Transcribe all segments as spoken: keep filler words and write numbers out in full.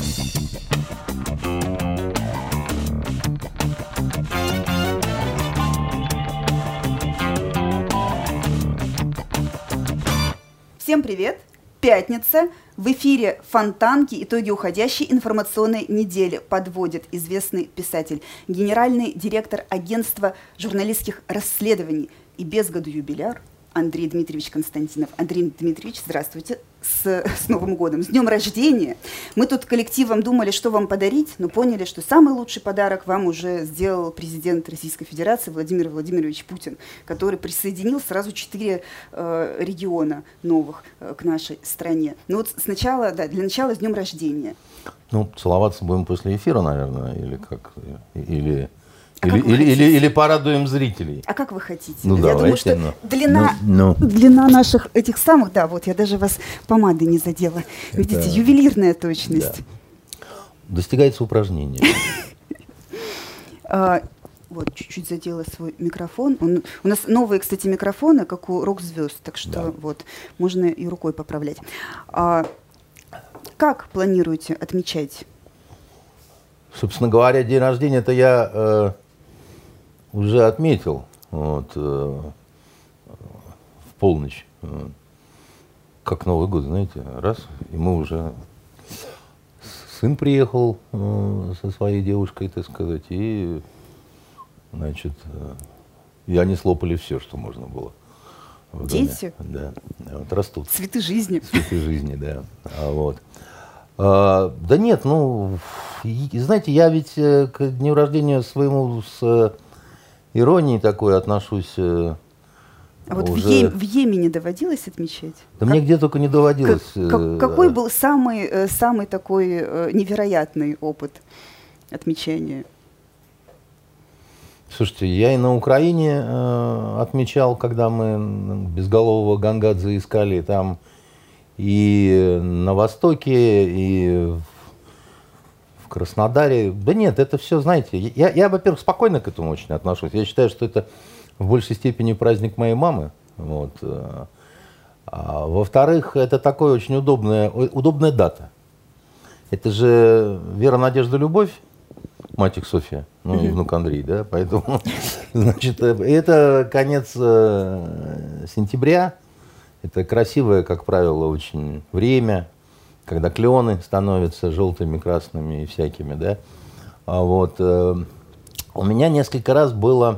Всем привет! Пятница. В эфире «Фонтанки. Итоги уходящей информационной недели», подводит известный писатель, генеральный директор агентства журналистских расследований и без году юбиляр Андрей Дмитриевич Константинов. Андрей Дмитриевич, здравствуйте, с, с Новым годом, с днем рождения. Мы тут коллективом думали, что вам подарить, но поняли, что самый лучший подарок вам уже сделал президент Российской Федерации Владимир Владимирович Путин, который присоединил сразу четыре э, региона новых э, к нашей стране. Ну вот сначала, да, для начала с днем рождения. Ну, целоваться будем после эфира, наверное, или как, или... А или, или, или, или порадуем зрителей. А как вы хотите? Ну, я давайте, думаю, что ну, длина, ну, ну. длина наших этих самых, да, вот я даже вас помадой не задела. Это... Видите, ювелирная точность. Да. Достигается упражнение. Вот, чуть-чуть задела свой микрофон. Он, у нас новые, кстати, микрофоны, как у рок-звезд, так что да. Вот, можно и рукой поправлять. А, как планируете отмечать? Собственно говоря, день рождения это я э, уже отметил вот, э, в полночь. Э, как Новый год, знаете, раз, и мы уже... Сын приехал э, со своей девушкой, так сказать, и, значит, э, и они слопали все, что можно было. Дети? Да, вот, растут. Цветы жизни. Цветы жизни, да. А, вот. А, да нет, ну, знаете, я ведь к дню рождения своему с иронией такой отношусь. А вот уже... в, Е- в Йемене доводилось отмечать? Да как, мне где только не доводилось. Как, как, какой был самый, самый такой невероятный опыт отмечания? Слушайте, я и на Украине э, отмечал, когда мы безголового Гангадзе искали там, и на Востоке, и в Краснодаре. Да нет, это все, знаете, я, я, во-первых, спокойно к этому очень отношусь. Я считаю, что это в большей степени праздник моей мамы. Вот. А, во-вторых, это такая очень удобная, удобная дата. Это же вера, надежда, любовь, мать их Софья, ну и внук Андрей, да, поэтому, значит, это конец сентября. Это красивое, как правило, очень время, когда клены становятся желтыми, красными и всякими, да. А вот э, у меня несколько раз было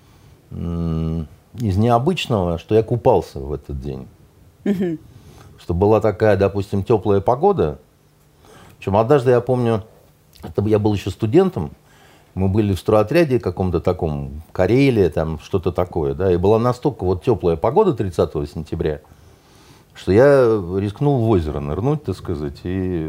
э, из необычного, что я купался в этот день. Mm-hmm. Что была такая, допустим, теплая погода. Причем однажды, я помню, это я был еще студентом, мы были в стройотряде каком-то таком, Карелия, там что-то такое, да, и была настолько вот теплая погода тридцатого сентября, что я рискнул в озеро нырнуть, так сказать, и,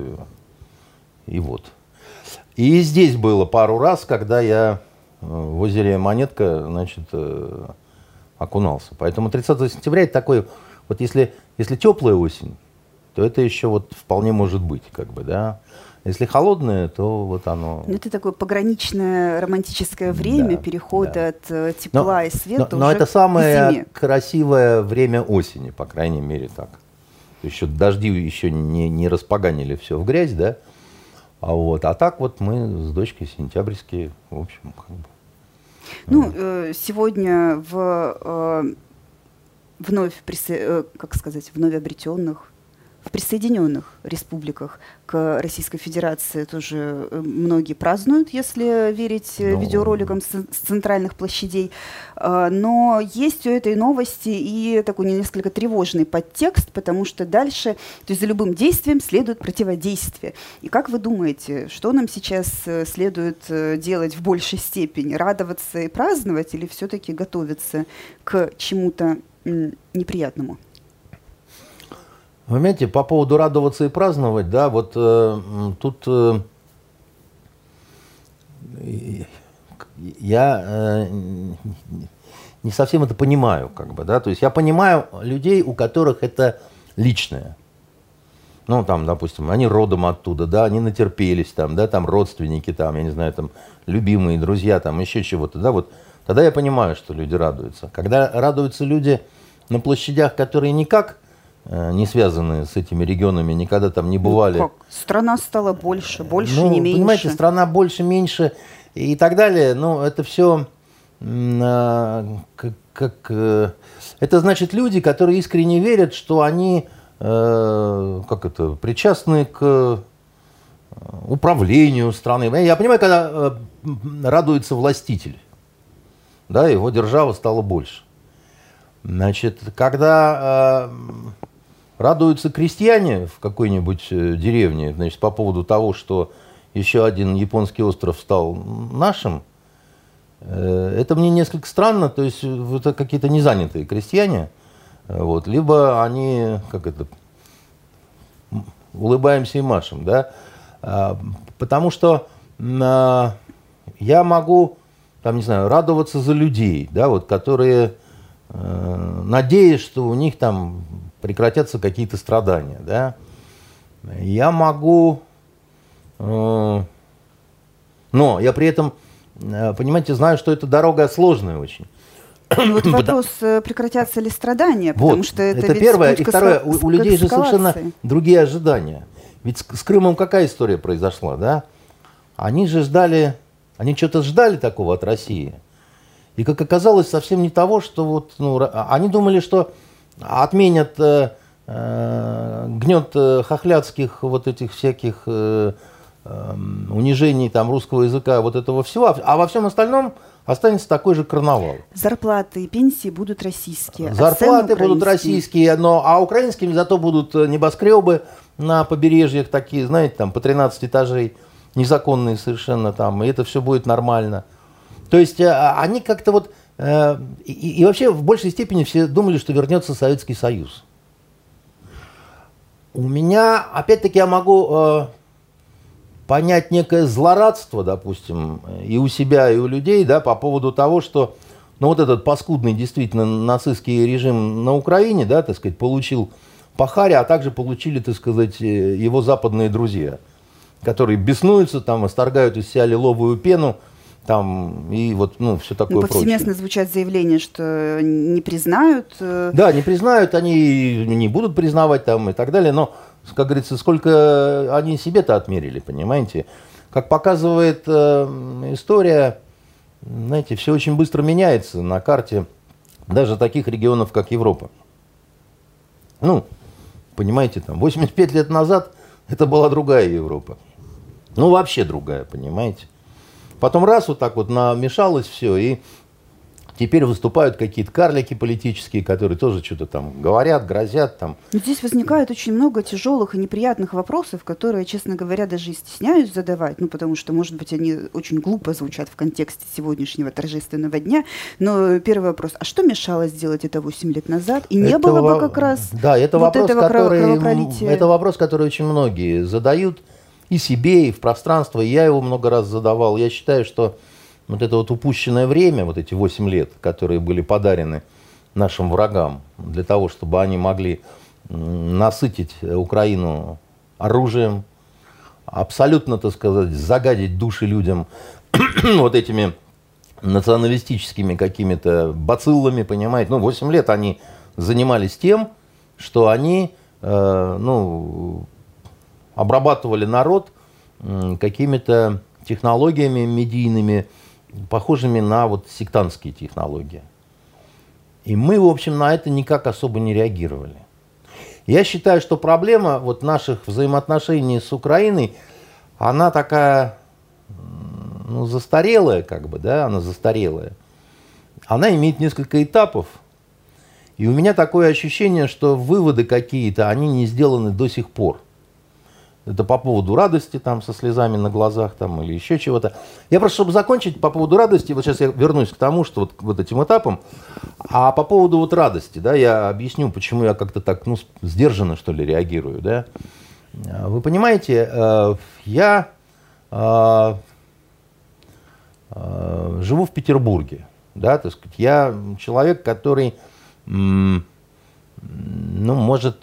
и вот. И здесь было пару раз, когда я в озере Монетка, значит, окунался. Поэтому тридцатого сентября это такой, вот если, если теплая осень, то это еще вот вполне может быть, как бы, да. Если холодное, то вот оно... Ну, это такое пограничное романтическое время, да, перехода да. от э, тепла но, и света но, но это самое красивое время осени, по крайней мере, так. Еще дожди еще не, не распоганили все в грязь, да? А, вот, а так вот мы с дочкой сентябрьские, в общем, как бы... Ну, э, сегодня в э, вновь, присо... э, как сказать, вновь обретенных, в присоединенных республиках к Российской Федерации тоже многие празднуют, если верить Но... видеороликам с, с центральных площадей. Но есть у этой новости и такой несколько тревожный подтекст, потому что дальше, то есть за любым действием следует противодействие. И как вы думаете, что нам сейчас следует делать в большей степени? Радоваться и праздновать или все-таки готовиться к чему-то неприятному? Вы понимаете, по поводу радоваться и праздновать, да, вот э, тут э, я э, не совсем это понимаю, как бы, да, то есть я понимаю людей, у которых это личное. Ну, там, допустим, они родом оттуда, да, они натерпелись там, да, там родственники, там, я не знаю, там, любимые, друзья, там, еще чего-то, да, вот, тогда я понимаю, что люди радуются. Когда радуются люди на площадях, которые никак не связанные с этими регионами, никогда там не бывали. Ну, как? Страна стала больше, больше, ну, не меньше. Понимаете, страна больше, меньше и так далее. Ну, это все как, как это значит люди, которые искренне верят, что они как это, причастны к управлению страны. Я понимаю, когда радуется властитель, да, его держава стала больше. Значит, когда э, радуются крестьяне в какой-нибудь деревне, значит, по поводу того, что еще один японский остров стал нашим, э, это мне несколько странно, то есть это какие-то незанятые крестьяне, вот, либо они, как это, улыбаемся и машем, да, а, потому что а, я могу, там, не знаю, радоваться за людей, да, вот, которые, э, надеясь, что у них там прекратятся какие-то страдания, да. Я могу, э, но я при этом, э, понимаете, знаю, что эта дорога сложная очень. Вот вопрос, прекратятся ли страдания, потому вот, что это, это ведь первое. И путь к второе, у, у людей же совершенно эскалации. другие ожидания. Ведь с, с Крымом какая история произошла, да? Они же ждали, они что-то ждали такого от России. И, как оказалось, совсем не того, что вот, ну, они думали, что отменят э, э, гнет э, хохлядских вот этих всяких э, э, унижений там русского языка, вот этого всего, а во всем остальном останется такой же карнавал. Зарплаты и пенсии будут российские. Зарплаты а будут российские, но, а украинскими зато будут небоскребы на побережьях такие, знаете, там по тринадцать этажей, незаконные совершенно там, и это все будет нормально. То есть они как-то вот, э, и, и вообще в большей степени все думали, что вернется Советский Союз. У меня, опять-таки, я могу э, понять некое злорадство, допустим, и у себя, и у людей, да, по поводу того, что, ну, вот этот паскудный, действительно, нацистский режим на Украине, да, так сказать, получил по харе, а также получили, так сказать, его западные друзья, которые беснуются, там, осторгают из себя лиловую пену, там, и вот, ну, все такое прочее. Повсеместно звучат заявления, что не признают. Да, не признают, они не будут признавать там и так далее, но, как говорится, сколько они себе-то отмерили, понимаете? Как показывает э, история, знаете, все очень быстро меняется на карте даже таких регионов, как Европа. Ну, понимаете, там, восемьдесят пять лет назад это была другая Европа. Ну, вообще другая, понимаете? Потом раз вот так вот намешалось все, и теперь выступают какие-то карлики политические, которые тоже что-то там говорят, грозят там. Но здесь возникает очень много тяжелых и неприятных вопросов, которые, честно говоря, даже и стесняюсь задавать, ну, потому что, может быть, они очень глупо звучат в контексте сегодняшнего торжественного дня. Но первый вопрос, а что мешало сделать это восемь лет назад? И не это было во... бы как раз да, это вот вопрос, этого который, кровопролития? это вопрос, который очень многие задают и себе, и в пространство. И я его много раз задавал. Я считаю, что вот это вот упущенное время, вот эти восемь лет, которые были подарены нашим врагам, для того, чтобы они могли насытить Украину оружием, абсолютно, так сказать, загадить души людям вот этими националистическими какими-то бациллами, понимаете. Ну, восемь лет они занимались тем, что они, э, ну, обрабатывали народ э, какими-то технологиями медийными, похожими на вот сектантские технологии. И мы, в общем, на это никак особо не реагировали. Я считаю, что проблема вот наших взаимоотношений с Украиной, она такая, ну, застарелая, как бы, да, она застарелая. Она имеет несколько этапов. И у меня такое ощущение, что выводы какие-то, они не сделаны до сих пор. Это по поводу радости, там, со слезами на глазах, там, или еще чего-то. Я просто, чтобы закончить по поводу радости, вот сейчас я вернусь к тому, что вот, вот этим этапом, а по поводу вот радости, да, я объясню, почему я как-то так, ну, сдержанно, что ли, реагирую, да. Вы понимаете, я живу в Петербурге, да, так сказать, я человек, который, ну, может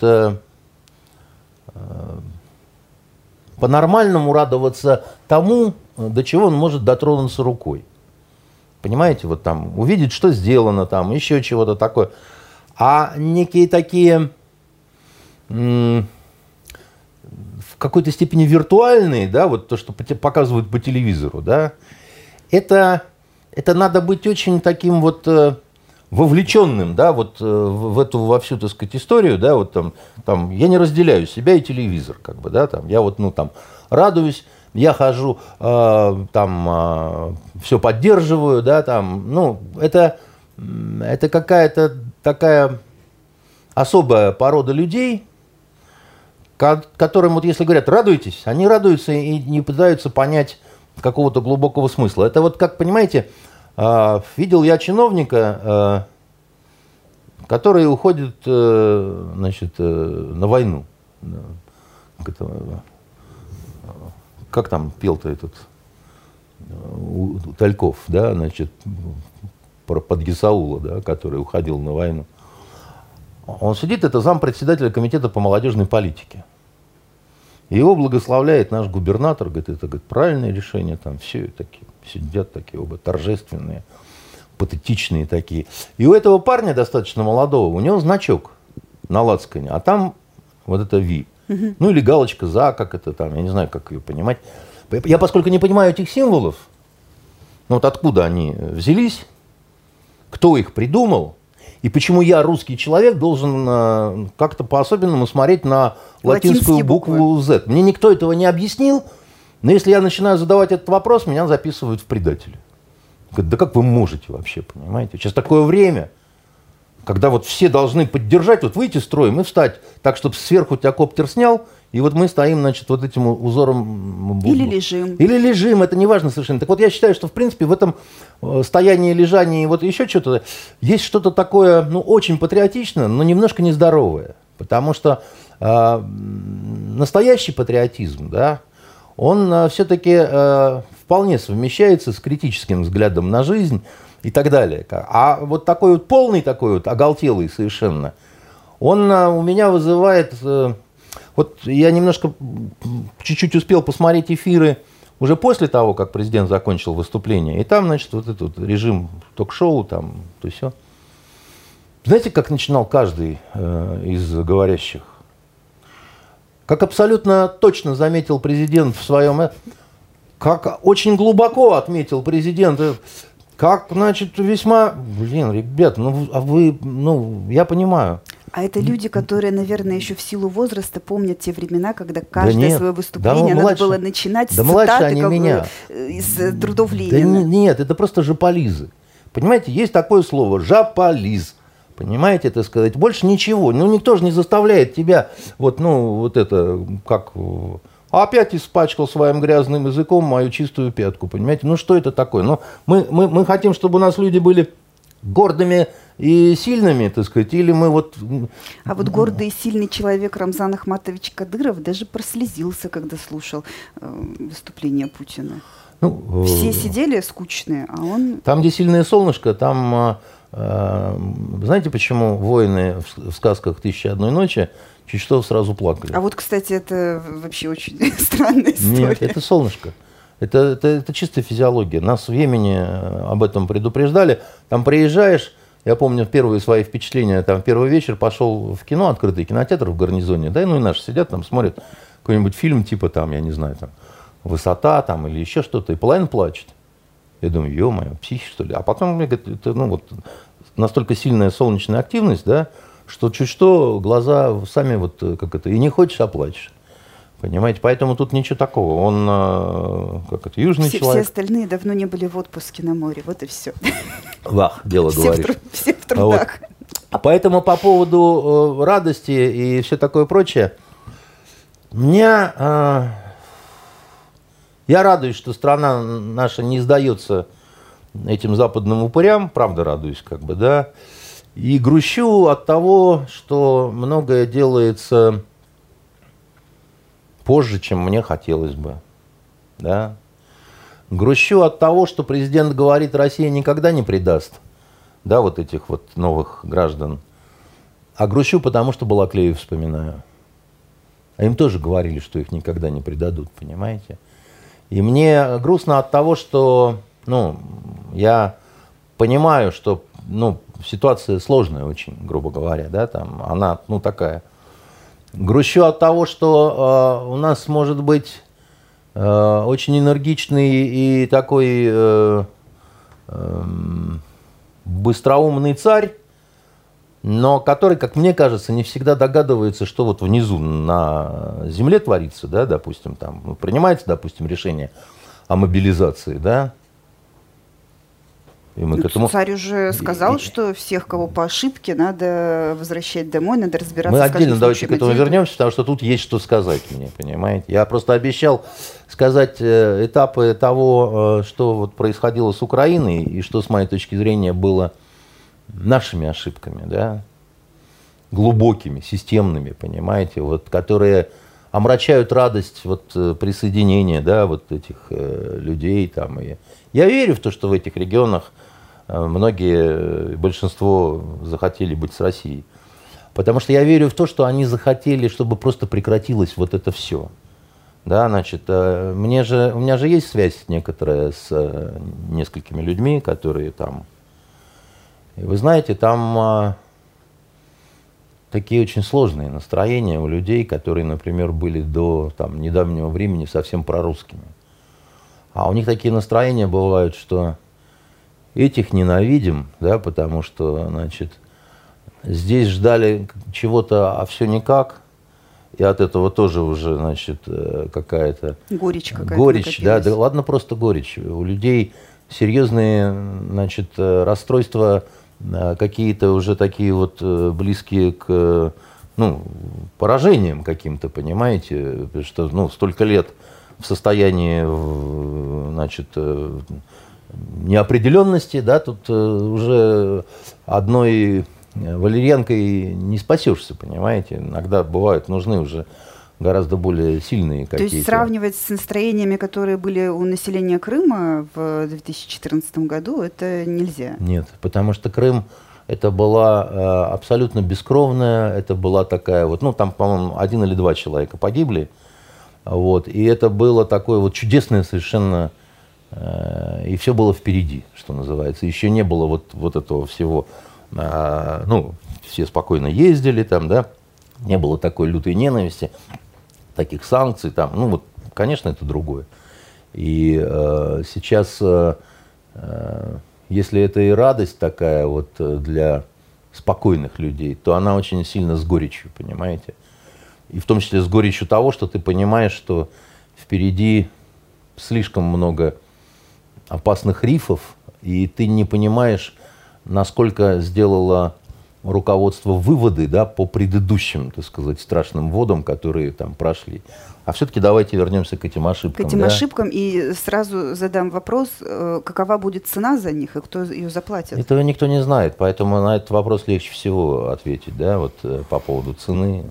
по-нормальному радоваться тому, до чего он может дотронуться рукой. Понимаете, вот там увидеть, что сделано, там еще чего-то такое. А некие такие м- в какой-то степени виртуальные, да, вот то, что показывают по телевизору, да, это, это надо быть очень таким вот э, вовлеченным, да, вот э, в эту, во всю, так сказать, историю, да, вот там, там, я не разделяю себя и телевизор, как бы, да, там, я вот, ну, там, радуюсь, я хожу, э, там, э, все поддерживаю, да, там, ну, это, это какая-то такая особая порода людей, которым, вот если говорят, радуйтесь, они радуются и не пытаются понять какого-то глубокого смысла. Это вот, как понимаете, видел я чиновника, который уходит, значит, на войну. Как там пел-то этот Тальков, да, значит, про Подгисаула, да, который уходил на войну. Он сидит, это зампредседателя комитета по молодежной политике. Его благословляет наш губернатор, говорит, это, говорит, правильное решение, там все такие сидят такие оба торжественные, патетичные такие. И у этого парня достаточно молодого, у него значок на лацкане, а там вот это Ви. Угу. Ну или галочка за, как это там, я не знаю, как ее понимать. Я, поскольку не понимаю этих символов, ну вот откуда они взялись, кто их придумал, и почему я, русский человек, должен э, как-то по-особенному смотреть на латинскую букву Z. Мне никто этого не объяснил, но если я начинаю задавать этот вопрос, меня записывают в предателя. Говорят, да как вы можете вообще, понимаете? Сейчас такое время, когда вот все должны поддержать, вот выйти строем и встать так, чтобы сверху тебя коптер снял, и вот мы стоим, значит, вот этим узором. Или лежим. Или лежим, это не важно совершенно. Так вот я считаю, что в принципе в этом стоянии, лежании, вот еще что-то, есть что-то такое, ну, очень патриотичное, но немножко нездоровое. Потому что э, настоящий патриотизм, да, он э, все-таки э, вполне совмещается с критическим взглядом на жизнь и так далее. А вот такой вот полный, такой вот оголтелый совершенно, он э, у меня вызывает... Э, Вот я немножко, чуть-чуть успел посмотреть эфиры уже после того, как президент закончил выступление. И там, значит, вот этот режим ток-шоу, там, то все. Знаете, как начинал каждый э, из говорящих? Как абсолютно точно заметил президент в своем... Как очень глубоко отметил президент, как, значит, весьма... Блин, ребят, ну, а вы, ну, я понимаю... А это люди, которые, наверное, еще в силу возраста помнят те времена, когда каждое да нет, свое выступление да, надо младше, было начинать да с цитаты они как меня. из трудов Ленина. Да нет, это просто жополизы. Понимаете, есть такое слово жополиз. Понимаете, это сказать. Больше ничего. Ну, никто же не заставляет тебя, вот, ну, вот это, как... Опять испачкал своим грязным языком мою чистую пятку, понимаете? Ну, что это такое? Ну, мы, мы, мы хотим, чтобы у нас люди были гордыми и сильными, так сказать, или мы вот... А вот гордый и сильный человек Рамзан Ахматович Кадыров даже прослезился, когда слушал э, выступление Путина. Ну, все э... сидели скучные, а он... Там, где сильное солнышко, там... Э, знаете, почему воины в, в сказках «Тысяча и одной ночи» чуть что сразу плакали? А вот, кстати, это вообще очень странная история. Нет, это солнышко. Это, это, это чистая физиология. Нас в Йемене об этом предупреждали. Там приезжаешь, я помню первые свои впечатления, там первый вечер пошел в кино, открытый кинотеатр в гарнизоне, да, ну и наши сидят там, смотрят какой-нибудь фильм, типа там, я не знаю, там, «Высота» там или еще что-то, и половина плачет. Я думаю, ё-моё, психи, что ли? А потом, мне говорят, это, ну, вот, настолько сильная солнечная активность, да, что чуть что глаза сами вот, как это, и не хочешь, а плачешь. Понимаете, поэтому тут ничего такого. Он, как это, южный все, человек. Все остальные давно не были в отпуске на море, вот и все. Вах, дело все говоришь. В тру- все в трудах. Вот. А поэтому по поводу э, радости и все такое прочее, меня, э, я радуюсь, что страна наша не сдается этим западным упырям, правда радуюсь, как бы, да, и грущу от того, что многое делается позже, чем мне хотелось бы, да. Грущу от того, что президент говорит, Россия никогда не предаст, да, вот этих вот новых граждан. А грущу, потому что Балаклею вспоминаю. А им тоже говорили, что их никогда не предадут, понимаете. И мне грустно от того, что, ну, я понимаю, что, ну, ситуация сложная очень, грубо говоря, да, там, она, ну, такая. Грущу от того, что э, у нас может быть э, очень энергичный и такой э, э, быстроумный царь, но который, как мне кажется, не всегда догадывается, что вот внизу на земле творится, да, допустим, там ну, принимается, допустим, решение о мобилизации, да. И мы ну, к этому... Царь уже сказал, и, что всех, кого по ошибке, надо возвращать домой, надо разбираться. Мы отдельно давайте к этому отдельно. вернемся, потому что тут есть что сказать мне, понимаете. Я просто обещал сказать э, этапы того, э, что вот происходило с Украиной и что, с моей точки зрения, было нашими ошибками, да, глубокими, системными, понимаете, вот, которые омрачают радость вот, присоединения, да, вот этих э, людей. Там, и я верю в то, что в этих регионах э, многие, большинство захотели быть с Россией. Потому что я верю в то, что они захотели, чтобы просто прекратилось вот это все. Да, значит, э, мне же, у меня же есть связь некоторая с э, несколькими людьми, которые там... И вы знаете, там э, такие очень сложные настроения у людей, которые, например, были до там, недавнего времени совсем прорусскими. А у них такие настроения бывают, что этих ненавидим, да, потому что, значит, здесь ждали чего-то, а все никак. И от этого тоже уже, значит, какая-то... Горечь какая-то Горечь, да, да, ладно, просто горечь. У людей серьезные, значит, расстройства, какие-то уже такие вот близкие к, ну, поражениям каким-то, понимаете, что, ну, столько лет в состоянии, значит, неопределенности, да, тут уже одной валерьянкой не спасешься, понимаете, иногда бывают нужны уже гораздо более сильные какие-то. То есть сравнивать с настроениями, которые были у населения Крыма в две тысячи четырнадцатом году, это нельзя? Нет, потому что Крым это была э, абсолютно бескровная, это была такая вот, ну там, по-моему, один или два человека погибли, вот, и это было такое вот чудесное совершенно, э, и все было впереди, что называется, еще не было вот, вот этого всего, э, ну, все спокойно ездили там, да, не было такой лютой ненависти, таких санкций там, ну вот, конечно, это другое. И э, сейчас, э, э, если это и радость такая вот для спокойных людей, то она очень сильно с горечью, понимаете? И в том числе с горечью того, что ты понимаешь, что впереди слишком много опасных рифов, и ты не понимаешь, насколько сделало руководство выводы, да, по предыдущим, так сказать, страшным водам, которые там прошли. А все-таки давайте вернемся к этим ошибкам. К этим да? ошибкам и сразу задам вопрос, какова будет цена за них и кто ее заплатит? Этого никто не знает, поэтому на этот вопрос легче всего ответить, да, вот по поводу цены.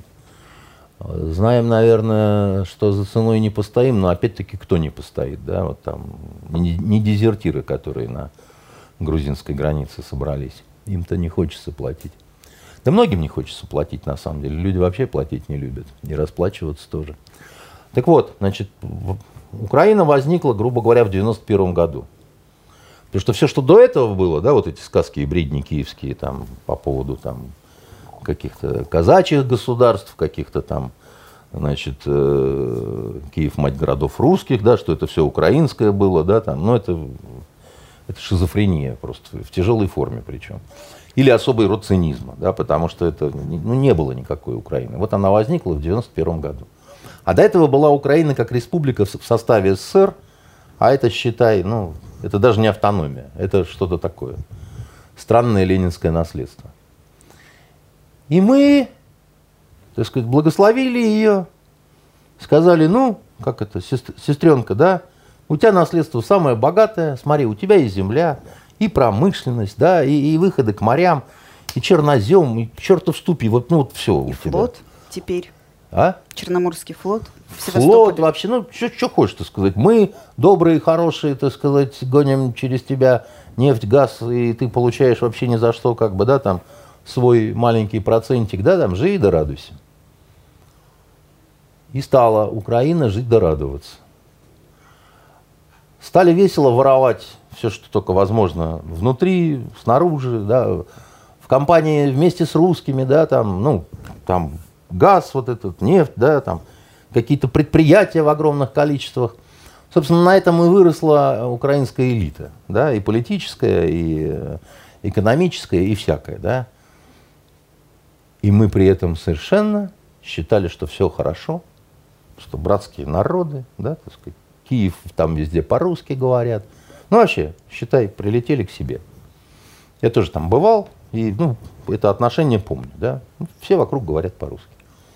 Знаем, наверное, что за ценой не постоим, но опять-таки кто не постоит, да, вот там не, не дезертиры, которые на грузинской границе собрались. Им-то не хочется платить. Да многим не хочется платить, на самом деле. Люди вообще платить не любят. И расплачиваться тоже. Так вот, значит, Украина возникла, грубо говоря, в девяносто первом году. Потому что все, что до этого было, да, вот эти сказки и бредни киевские там, по поводу там, каких-то казачьих государств, каких-то там, значит, э, Киев, мать городов русских, да, что это все украинское было, да, там, ну, это... Это шизофрения просто, в тяжелой форме причем. Или особый род цинизма, да, потому что это, ну, не было никакой Украины. Вот она возникла в девяносто первом году. А до этого была Украина как республика в составе СССР, а это, считай, ну, это даже не автономия, это что-то такое. Странное ленинское наследство. И мы, так сказать, благословили ее, сказали, ну, как это, сестренка, да, у тебя наследство самое богатое, смотри, у тебя и земля, и промышленность, да, и, и выходы к морям, и чернозем, и чертов ступи, вот, ну, вот все у тебя. И флот теперь. А? Черноморский флот. Флот вообще, ну, что хочешь ты сказать. Мы, добрые, хорошие, так сказать, гоним через тебя нефть, газ, и ты получаешь вообще ни за что, как бы, да, там, свой маленький процентик, да, там, живи да радуйся. И стала Украина жить да радоваться. Стали весело воровать все, что только возможно, внутри, снаружи, да, в компании вместе с русскими, да, там, ну, там газ, вот этот, нефть, да, там, какие-то предприятия в огромных количествах. Собственно, на этом и выросла украинская элита, да, и политическая, и экономическая, и всякая, да. И мы при этом совершенно считали, что все хорошо, что братские народы, да, так сказать, Киев там везде по-русски говорят. Ну, вообще, считай, прилетели к себе. Я тоже там бывал, и, ну, это отношение помню, да. Все вокруг говорят по-русски.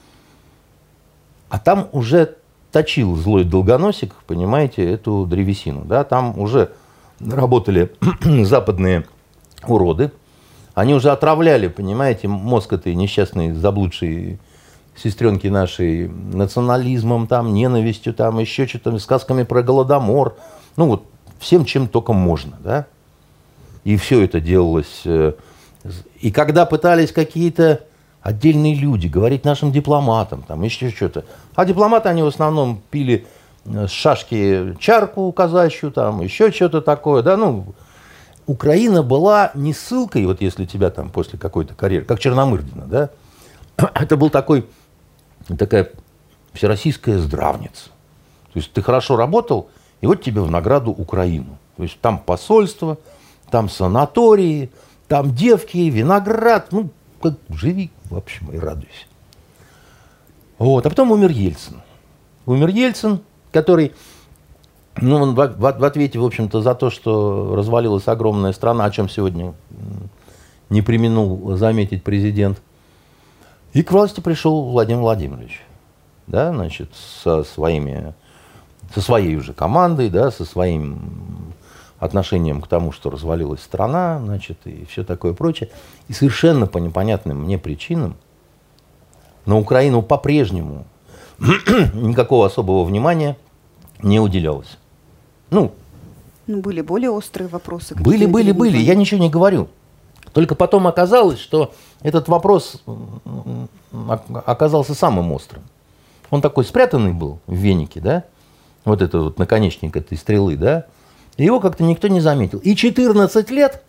А там уже точил злой долгоносик, понимаете, эту древесину, да. Там уже работали западные уроды. Они уже отравляли, понимаете, мозг этой несчастной заблудшей сестренки нашей национализмом, там, ненавистью, там, еще что-то, сказками про Голодомор. Ну, вот, всем, чем только можно, да. И все это делалось. И когда пытались какие-то отдельные люди говорить нашим дипломатам, там, еще что-то. А дипломаты, они в основном пили с шашки чарку казачью, там, еще что-то такое, да, ну... Украина была не ссылкой, вот если тебя там после какой-то карьеры, как Черномырдина, да, это был такой, такая всероссийская здравница. То есть ты хорошо работал, и вот тебе в награду Украину. То есть там посольство, там санатории, там девки, виноград, ну, как, живи, в общем, и радуйся. Вот, а потом умер Ельцин. Умер Ельцин, который... Ну, он в, в, в ответе, в общем-то, за то, что развалилась огромная страна, о чем сегодня не преминул заметить президент. И к власти пришел Владимир Владимирович, да, значит, со своими, со своей уже командой, да, со своим отношением к тому, что развалилась страна, значит, и все такое прочее. И совершенно по непонятным мне причинам на Украину по-прежнему никакого особого внимания не уделялось. Ну, ну, были более острые вопросы. Были, были, были. Я ничего не говорю. Только потом оказалось, что этот вопрос оказался самым острым. Он такой спрятанный был в венике, да? Вот это вот наконечник этой стрелы, да? И его как-то никто не заметил. И четырнадцать лет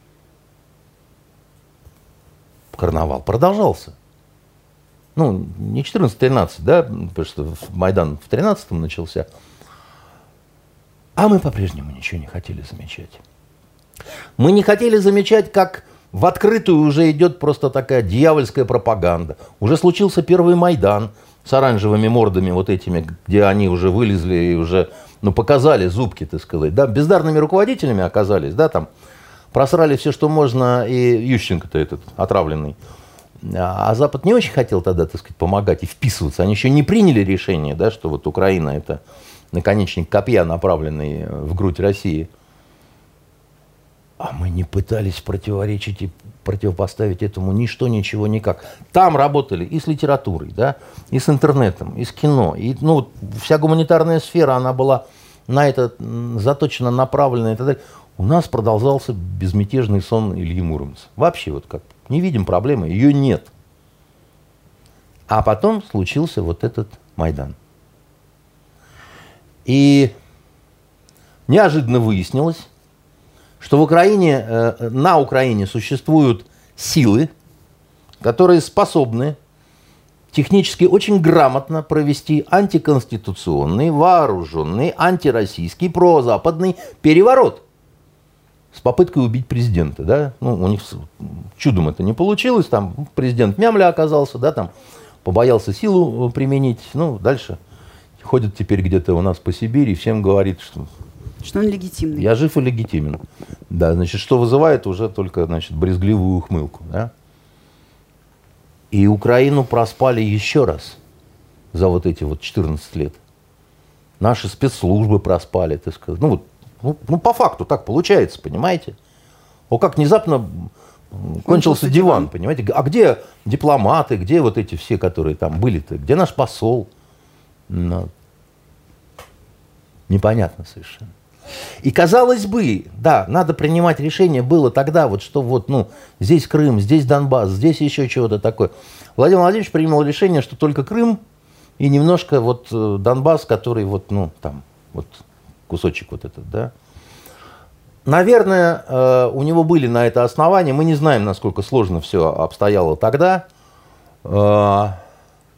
карнавал продолжался. Ну, не четырнадцать-тринадцать, да? Потому что Майдан в тринадцатом начался. А мы по-прежнему ничего не хотели замечать. Мы не хотели замечать, как в открытую уже идет просто такая дьявольская пропаганда. Уже случился первый Майдан с оранжевыми мордами вот этими, где они уже вылезли и уже, ну, показали зубки, так сказать. Да? Бездарными руководителями оказались, да, там просрали все, что можно, и Ющенко-то этот отравленный. А Запад не очень хотел тогда, так сказать, помогать и вписываться. Они еще не приняли решение, да, что вот Украина – это наконечник копья, направленный в грудь России. А мы не пытались противоречить и противопоставить этому ничто, ничего, никак. Там работали и с литературой, да, и с интернетом, и с кино. И, ну, вся гуманитарная сфера, она была на это заточена, направлена и так далее. У нас продолжался безмятежный сон Ильи Муромца. Вообще вот как, не видим проблемы, ее нет. А потом случился вот этот Майдан. И неожиданно выяснилось, что в Украине, э, на Украине существуют силы, которые способны технически очень грамотно провести антиконституционный, вооруженный, антироссийский, прозападный переворот с попыткой убить президента. Да? Ну, у них чудом это не получилось, там президент мямля оказался, да, там побоялся силу применить, ну, дальше ходит теперь где-то у нас по Сибири и всем говорит, что... Что он легитимный. Я жив и легитимен. Да, значит, что вызывает уже только, значит, брезгливую ухмылку, да? И Украину проспали еще раз за вот эти вот четырнадцать лет. Наши спецслужбы проспали, так сказать. Ну, вот, ну, ну, по факту так получается, понимаете? О, как внезапно кончился, кончился диван, диван, понимаете? А где дипломаты, где вот эти все, которые там были-то? Где наш посол? Ну, непонятно совершенно. И казалось бы, да, надо принимать решение было тогда, вот что вот, ну, здесь Крым, здесь Донбасс, здесь еще чего-то такое. Владимир Владимирович принял решение, что только Крым и немножко вот Донбасс, который вот, ну, там, вот кусочек вот этот, да. Наверное, у него были на это основания, мы не знаем, насколько сложно все обстояло тогда.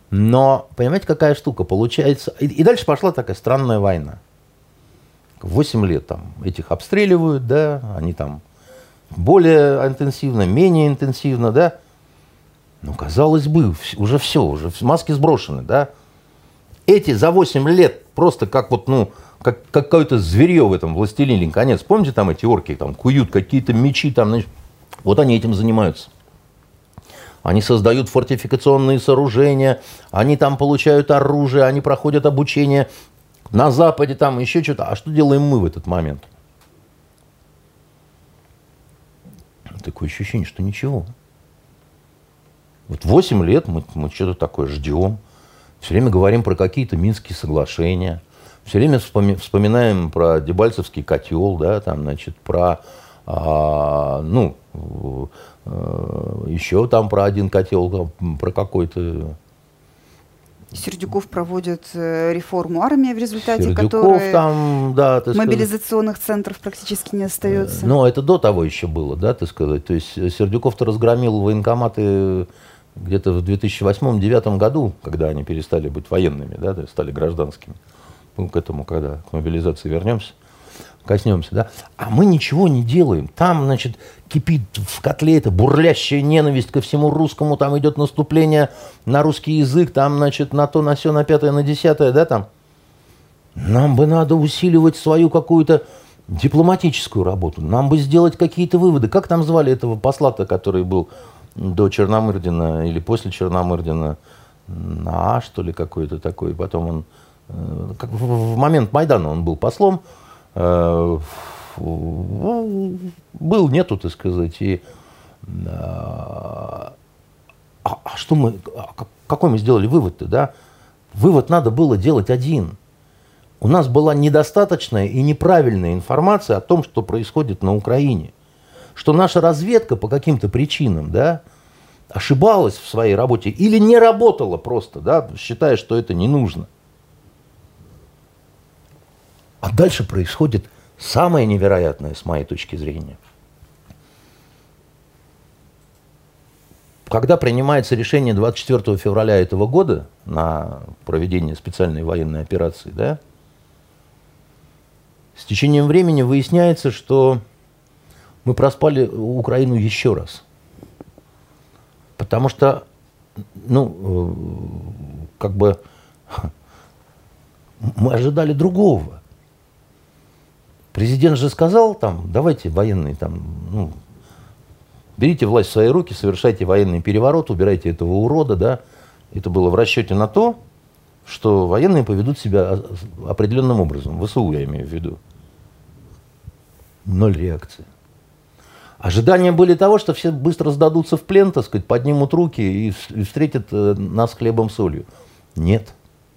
Но, понимаете, какая штука получается? И, и дальше пошла такая странная война. Восемь лет там этих обстреливают, да, они там более интенсивно, менее интенсивно, да. Ну, казалось бы, уже все, уже маски сброшены, да. Эти за восемь лет просто как вот, ну, как, как какое-то зверье в этом «Властелине колец». Помните, там эти орки там куют какие-то мечи, там, значит, вот они этим занимаются. Они создают фортификационные сооружения, они там получают оружие, они проходят обучение на Западе, там еще что-то. А что делаем мы в этот момент? Такое ощущение, что ничего. Вот восемь лет мы, мы что-то такое ждем. Все время говорим про какие-то Минские соглашения. Все время вспоминаем про Дебальцевский котел, да, там, значит, про, а, ну, а, еще там про один котел, там, про какой-то... Сердюков проводит реформу армии, в результате Сердюков которой там, да, мобилизационных сказать, центров практически не остается. Но это до того еще было, да, так сказать. То есть Сердюков-то разгромил военкоматы где-то в две тысячи восьмом — две тысячи девятом году, когда они перестали быть военными, да, то есть стали гражданскими. Мы к этому, когда к мобилизации вернемся, коснемся, да. А мы ничего не делаем. Там, значит, кипит в котле эта бурлящая ненависть ко всему русскому, там идет наступление на русский язык, там, значит, на то, на сё, на пятое, на десятое, да, там. Нам бы надо усиливать свою какую-то дипломатическую работу, нам бы сделать какие-то выводы. Как там звали этого посла-то, который был до Черномырдина или после Черномырдина? На А, что ли, какой-то такой. Потом он, как в момент Майдана он был послом, был, нету, так сказать. И, а, а что мы, какой мы сделали вывод-то, да? Вывод надо было делать один. У нас была недостаточная и неправильная информация о том, что происходит на Украине. Что наша разведка по каким-то причинам, да, ошибалась в своей работе или не работала просто, да, считая, что это не нужно. А дальше происходит самое невероятное, с моей точки зрения. Когда принимается решение двадцать четвёртого февраля этого года на проведение специальной военной операции, да, с течением времени выясняется, что мы проспали Украину еще раз. Потому что, ну, как бы мы ожидали другого. Президент же сказал, там, давайте военные, там, ну, берите власть в свои руки, совершайте военный переворот, убирайте этого урода, да. Это было в расчете на то, что военные поведут себя определенным образом. ВСУ я имею в виду. Ноль реакции. Ожидания были того, что все быстро сдадутся в плен, так сказать, поднимут руки и встретят нас хлебом солью. Нет.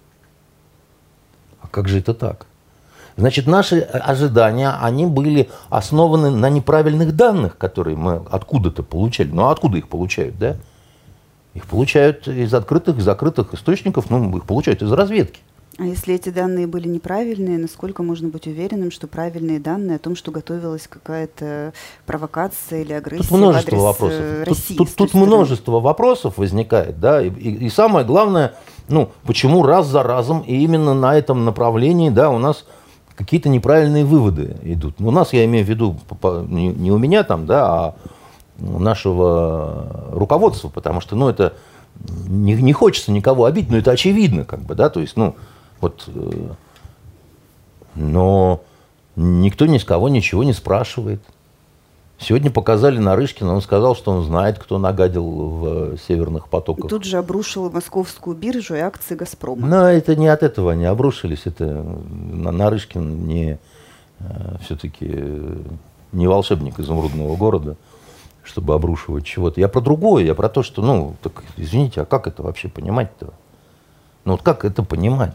А как же это так? Значит, наши ожидания, они были основаны на неправильных данных, которые мы откуда-то получали. Ну, а откуда их получают, да? Их получают из открытых и закрытых источников, ну, их получают из разведки. А если эти данные были неправильные, насколько можно быть уверенным, что правильные данные о том, что готовилась какая-то провокация или агрессия тут множество в адрес вопросов. России? Тут, тут, тут множество вопросов возникает, да, и, и, и самое главное, ну, почему раз за разом и именно на этом направлении, да, у нас какие-то неправильные выводы идут. У нас, я имею в виду, не, не у меня там, да, а у нашего руководства, потому что, ну, это не, не хочется никого обидеть, но это очевидно, как бы, да, то есть, ну, вот, э, но никто ни с кого ничего не спрашивает. Сегодня показали Нарышкина, он сказал, что он знает, кто нагадил в северных потоках. Тут же обрушил московскую биржу и акции «Газпрома». Но это не от этого они обрушились, это Нарышкин не, э, все-таки не волшебник изумрудного города, чтобы обрушивать чего-то. Я про другое, я про то, что, ну, так, извините, а как это вообще понимать-то? Ну, вот как это понимать?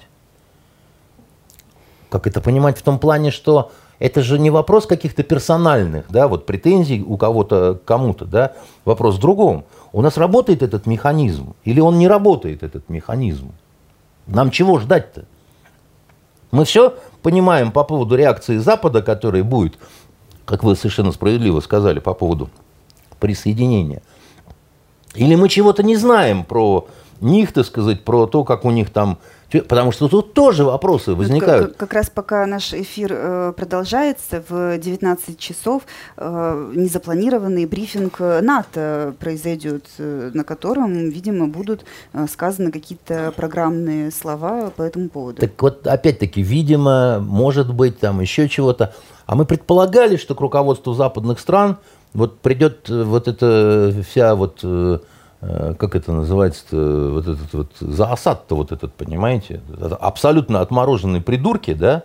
Как это понимать в том плане, что это же не вопрос каких-то персональных, да, вот претензий у кого-то к кому-то, да, вопрос в другом. У нас работает этот механизм или он не работает, этот механизм? Нам чего ждать-то? Мы все понимаем по поводу реакции Запада, которая будет, как вы совершенно справедливо сказали, по поводу присоединения. Или мы чего-то не знаем про них, так сказать, про то, как у них там... Потому что тут тоже вопросы возникают. Как, как раз пока наш эфир э, продолжается, в девятнадцать часов э, незапланированный брифинг НАТО произойдет, э, на котором, видимо, будут э, сказаны какие-то программные слова по этому поводу. Так вот, опять-таки, видимо, может быть, там еще чего-то. А мы предполагали, что к руководству западных стран вот придет вот эта вся вот... Э, как это называется-то, вот этот вот, за осад-то вот этот, понимаете, абсолютно отмороженные придурки, да,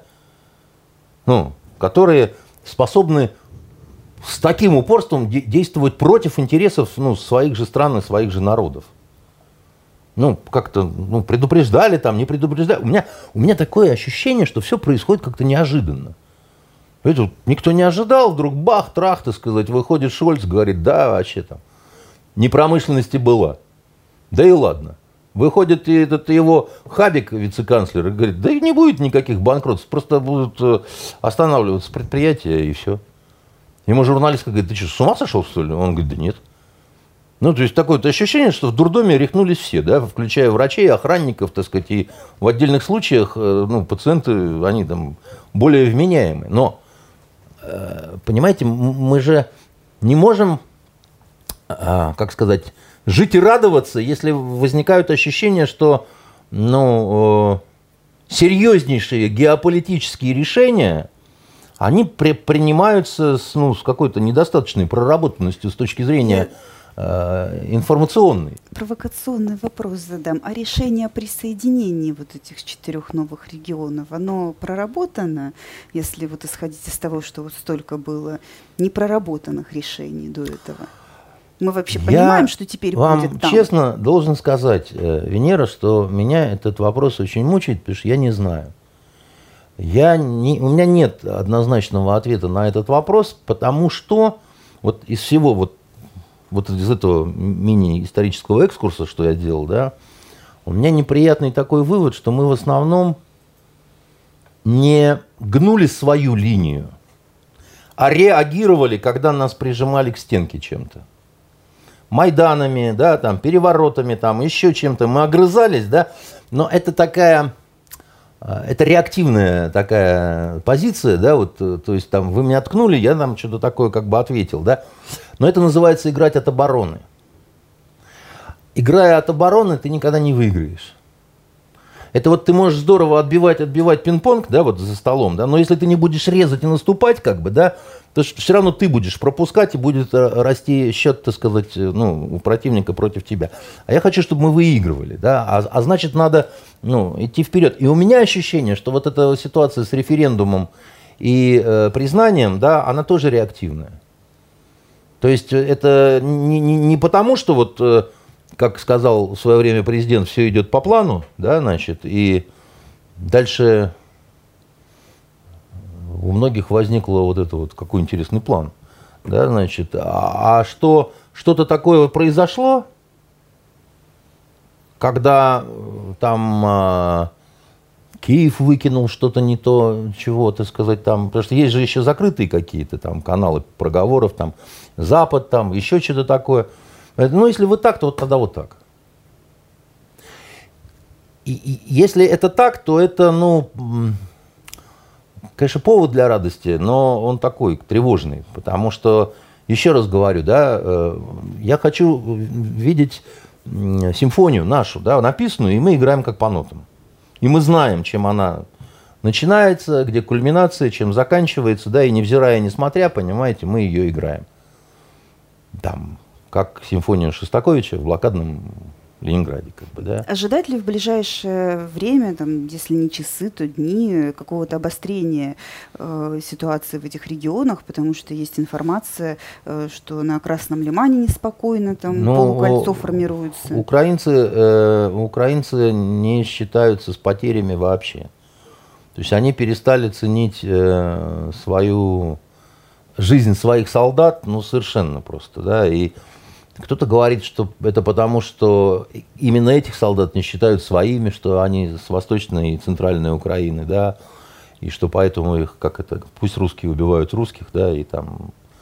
ну, которые способны с таким упорством де- действовать против интересов, ну, своих же стран и своих же народов. Ну, как-то, ну, предупреждали там, не предупреждали. У меня, у меня такое ощущение, что все происходит как-то неожиданно. Видите, вот никто не ожидал, вдруг бах, трах, так сказать, выходит Шольц, говорит, да, вообще там. Непромышленности была. Да и ладно. Выходит и этот его Хабик, вице-канцлер, и говорит, да и не будет никаких банкротств, просто будут останавливаться предприятия и все. Ему журналистка говорит, ты что, с ума сошел, что ли? Он говорит, да нет. Ну, то есть такое-то ощущение, что в дурдоме рехнулись все, да, включая врачей, охранников, так сказать, и в отдельных случаях, ну, пациенты, они там более вменяемые. Но, понимаете, мы же не можем... как сказать, жить и радоваться, если возникают ощущения, что, ну, серьезнейшие геополитические решения, они при, принимаются с, ну, с какой-то недостаточной проработанностью с точки зрения э, информационной. Провокационный вопрос задам. А решение о присоединении вот этих четырех новых регионов, оно проработано, если вот исходить из того, что вот столько было непроработанных решений до этого? Мы вообще понимаем, Я что теперь вам будет там? честно должен сказать, Венера, что меня этот вопрос очень мучает, потому что я не знаю. Я не, у меня нет однозначного ответа на этот вопрос, потому что вот из всего, вот, вот из этого мини-исторического экскурса, что я делал, да, у меня неприятный такой вывод, что мы в основном не гнули свою линию, а реагировали, когда нас прижимали к стенке чем-то. Майданами, да, там, переворотами, там, еще чем-то. Мы огрызались, да, но это такая, это реактивная такая позиция, да, вот, то есть там вы меня ткнули, я там что-то такое как бы ответил, да, но это называется играть от обороны. Играя от обороны, ты никогда не выиграешь. Это вот ты можешь здорово отбивать, отбивать пинг-понг, да, вот за столом, да, но если ты не будешь резать и наступать, как бы, да, то все равно ты будешь пропускать и будет расти счет, так сказать, ну, у противника против тебя. А я хочу, чтобы мы выигрывали, да, а, а значит, надо, ну, идти вперед. И у меня ощущение, что вот эта ситуация с референдумом и э, признанием, да, она тоже реактивная. То есть это не, не, не потому, что вот... Э, как сказал в свое время президент, все идет по плану, да, значит, и дальше у многих возникло вот это вот, какой интересный план, да, значит, а, а что, что-то такое произошло, когда там а, Киев выкинул что-то не то, чего, так сказать, там, потому что есть же еще закрытые какие-то там каналы проговоров, там, Запад, там, еще что-то такое. Ну, если вот так, то вот тогда вот так. И, и если это так, то это, ну, конечно, повод для радости, но он такой тревожный, потому что, еще раз говорю, да, я хочу видеть симфонию нашу, да, написанную, и мы играем как по нотам. И мы знаем, чем она начинается, где кульминация, чем заканчивается, да, и невзирая, несмотря, понимаете, мы ее играем. Там... как симфонию Шостаковича в блокадном Ленинграде. Как бы, да. Ожидать ли в ближайшее время, там, если не часы, то дни, какого-то обострения э, ситуации в этих регионах, потому что есть информация, э, что на Красном Лимане неспокойно, там Но полукольцо формируется. Украинцы, э, украинцы не считаются с потерями вообще. То есть они перестали ценить э, свою жизнь своих солдат, ну, совершенно просто, да, и кто-то говорит, что это потому, что именно этих солдат не считают своими, что они с восточной и центральной Украины, да, и что поэтому их, как это, пусть русские убивают русских, да, и там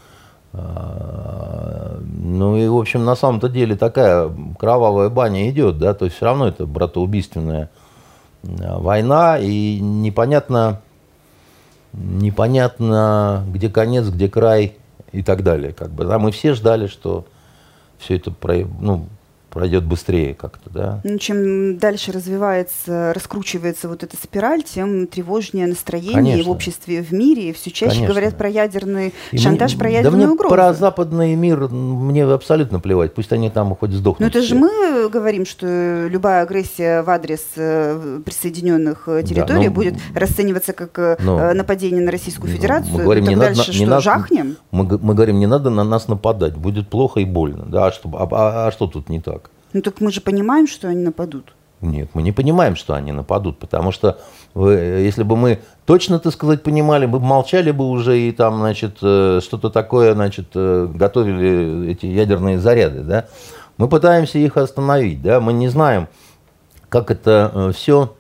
Ну и, в общем, на самом-то деле такая кровавая баня идет, да, то есть все равно это братоубийственная война, и непонятно, непонятно, где конец, где край и так далее. Как бы, да, мы все ждали, что все это, ну, пройдет быстрее как-то, да. Ну, чем дальше развивается, раскручивается вот эта спираль, тем тревожнее настроение Конечно. в обществе, в мире. И все чаще Конечно. говорят про ядерный И шантаж, мне, про ядерную да мне угрозу. про западный мир мне абсолютно плевать. Пусть они там хоть сдохнут. Но это все. же мы говорим, что любая агрессия в адрес присоединенных территорий да, ну, будет расцениваться как ну, нападение на Российскую Федерацию. Мы говорим, так не дальше надо, что, не надо, жахнем? Мы, мы говорим, не надо на нас нападать. Будет плохо и больно. Да, а, что, а, а, а что тут не так? Ну так мы же понимаем, что они нападут. Нет, мы не понимаем, что они нападут, потому что вы, если бы мы точно, так сказать, понимали, мы бы молчали бы уже и там, значит, что-то такое, значит, готовили эти ядерные заряды, да. Мы пытаемся их остановить, да, мы не знаем, как это все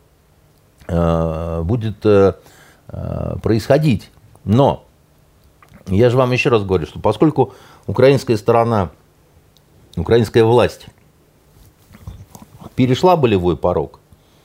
будет происходить. Но я же вам еще раз говорю, что поскольку украинская сторона, украинская власть перешла болевой порог,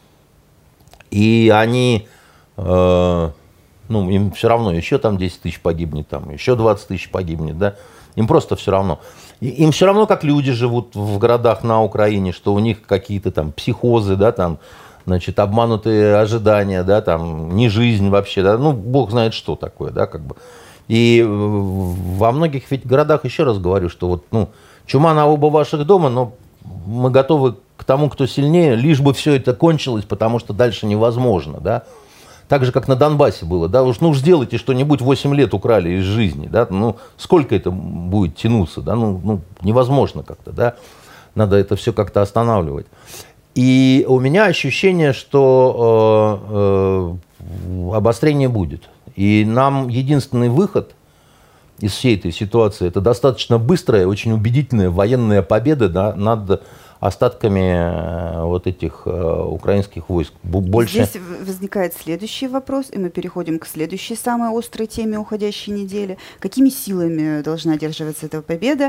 и они, э, ну, им все равно, еще там десять тысяч погибнет, там, еще двадцать тысяч погибнет, да, им просто все равно. И, им все равно, как люди живут в городах на Украине, что у них какие-то там психозы, да, там, значит, обманутые ожидания, да, там, не жизнь вообще, да, ну, бог знает что такое, да, как бы. И во многих ведь городах, еще раз говорю, что вот, ну, чума на оба ваших дома, но мы готовы к тому, кто сильнее, лишь бы все это кончилось, потому что дальше невозможно, да. Так же, как на Донбассе было, да, уж, ну, сделайте что-нибудь, восемь лет украли из жизни, да, ну, сколько это будет тянуться, да, ну, ну невозможно как-то, да, надо это все как-то останавливать. И у меня ощущение, что э, э, обострение будет, и нам единственный выход из всей этой ситуации — это достаточно быстрая, очень убедительная военная победа, да, над остатками вот этих украинских войск. Больше... Здесь возникает следующий вопрос, и мы переходим к следующей самой острой теме уходящей недели. Какими силами должна одерживаться эта победа?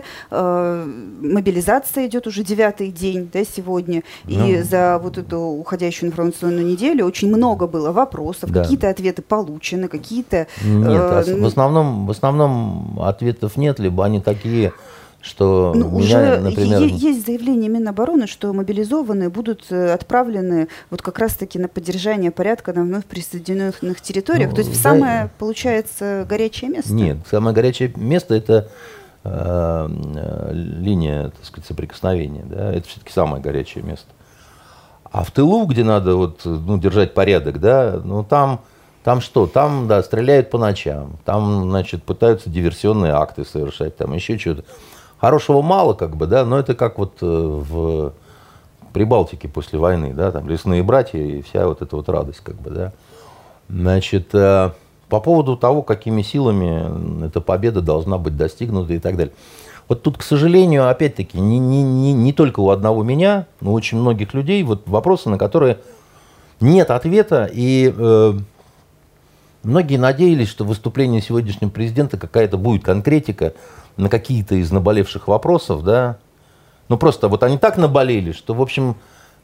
Мобилизация идет уже девятый день, да, сегодня, ну, и за вот эту уходящую информационную неделю очень много было вопросов, да. Какие-то ответы получены, какие-то... Нет, э, в, основном, в основном ответов нет, либо они такие... Что ну, меня, уже например... есть заявление Минобороны, что мобилизованные будут отправлены вот как раз-таки на поддержание порядка на вновь присоединенных территориях. Ну, то есть в самое, да, получается, горячее место? Нет, самое горячее место — это э, линия, так сказать, соприкосновения. Да? Это все-таки самое горячее место. А в тылу, где надо вот, ну, держать порядок, да, ну, там, там что? Там, да, стреляют по ночам, там, значит, пытаются диверсионные акты совершать, там еще что-то. Хорошего мало, как бы, да, но это как вот в Прибалтике после войны, да, там лесные братья и вся вот эта вот радость, как бы, да. Значит, по поводу того, какими силами эта победа должна быть достигнута и так далее. Вот тут, к сожалению, опять-таки, не, не, не, не только у одного меня, но у очень многих людей вот вопросы, на которые нет ответа, и э, многие надеялись, что выступление сегодняшнего президента какая-то будет конкретика на какие-то из наболевших вопросов, да. Ну, просто вот они так наболели, что, в общем,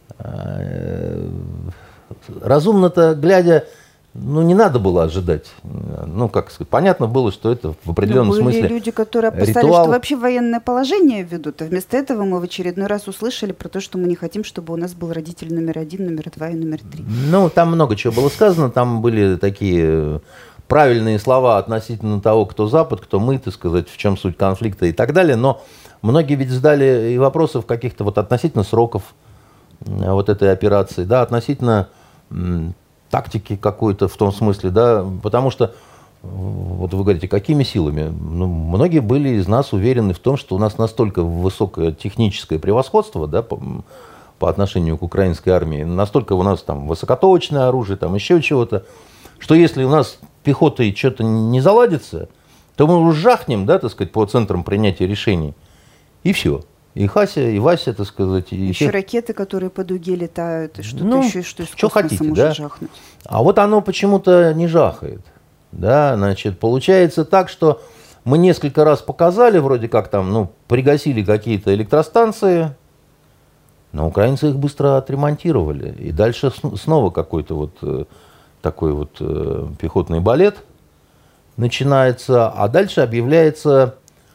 э, разумно-то, глядя, ну, не надо было ожидать. Ну, как сказать, понятно было, что это в определенном были смысле люди, которые опасались, ритуал. что вообще военное положение введут, а вместо этого мы в очередной раз услышали про то, что мы не хотим, чтобы у нас был родитель номер один, номер два и номер три. Ну, там много чего было сказано, там были такие правильные слова относительно того, кто Запад, кто мы, так сказать, в чем суть конфликта и так далее, но многие ведь задали и вопросов каких-то вот относительно сроков вот этой операции, да, относительно м, тактики какой-то в том смысле, да, потому что, вот вы говорите, какими силами? Ну, многие были из нас уверены в том, что у нас настолько высокое техническое превосходство, да, по, по отношению к украинской армии, настолько у нас там высокоточное оружие, там еще чего-то, что если у нас пехотой что-то не заладится, то мы уже жахнем, да, так сказать, по центрам принятия решений, и все. И Хася, и Вася, так сказать. И еще всех... ракеты, которые по дуге летают, и что-то ну, еще, что из что космоса хотите, может да? жахнуть. А вот оно почему-то не жахает. Да, значит, получается так, что мы несколько раз показали, вроде как там, ну, пригасили какие-то электростанции, но украинцы их быстро отремонтировали. И дальше снова какой-то вот э, такой вот э, пехотный балет начинается, а дальше объявляется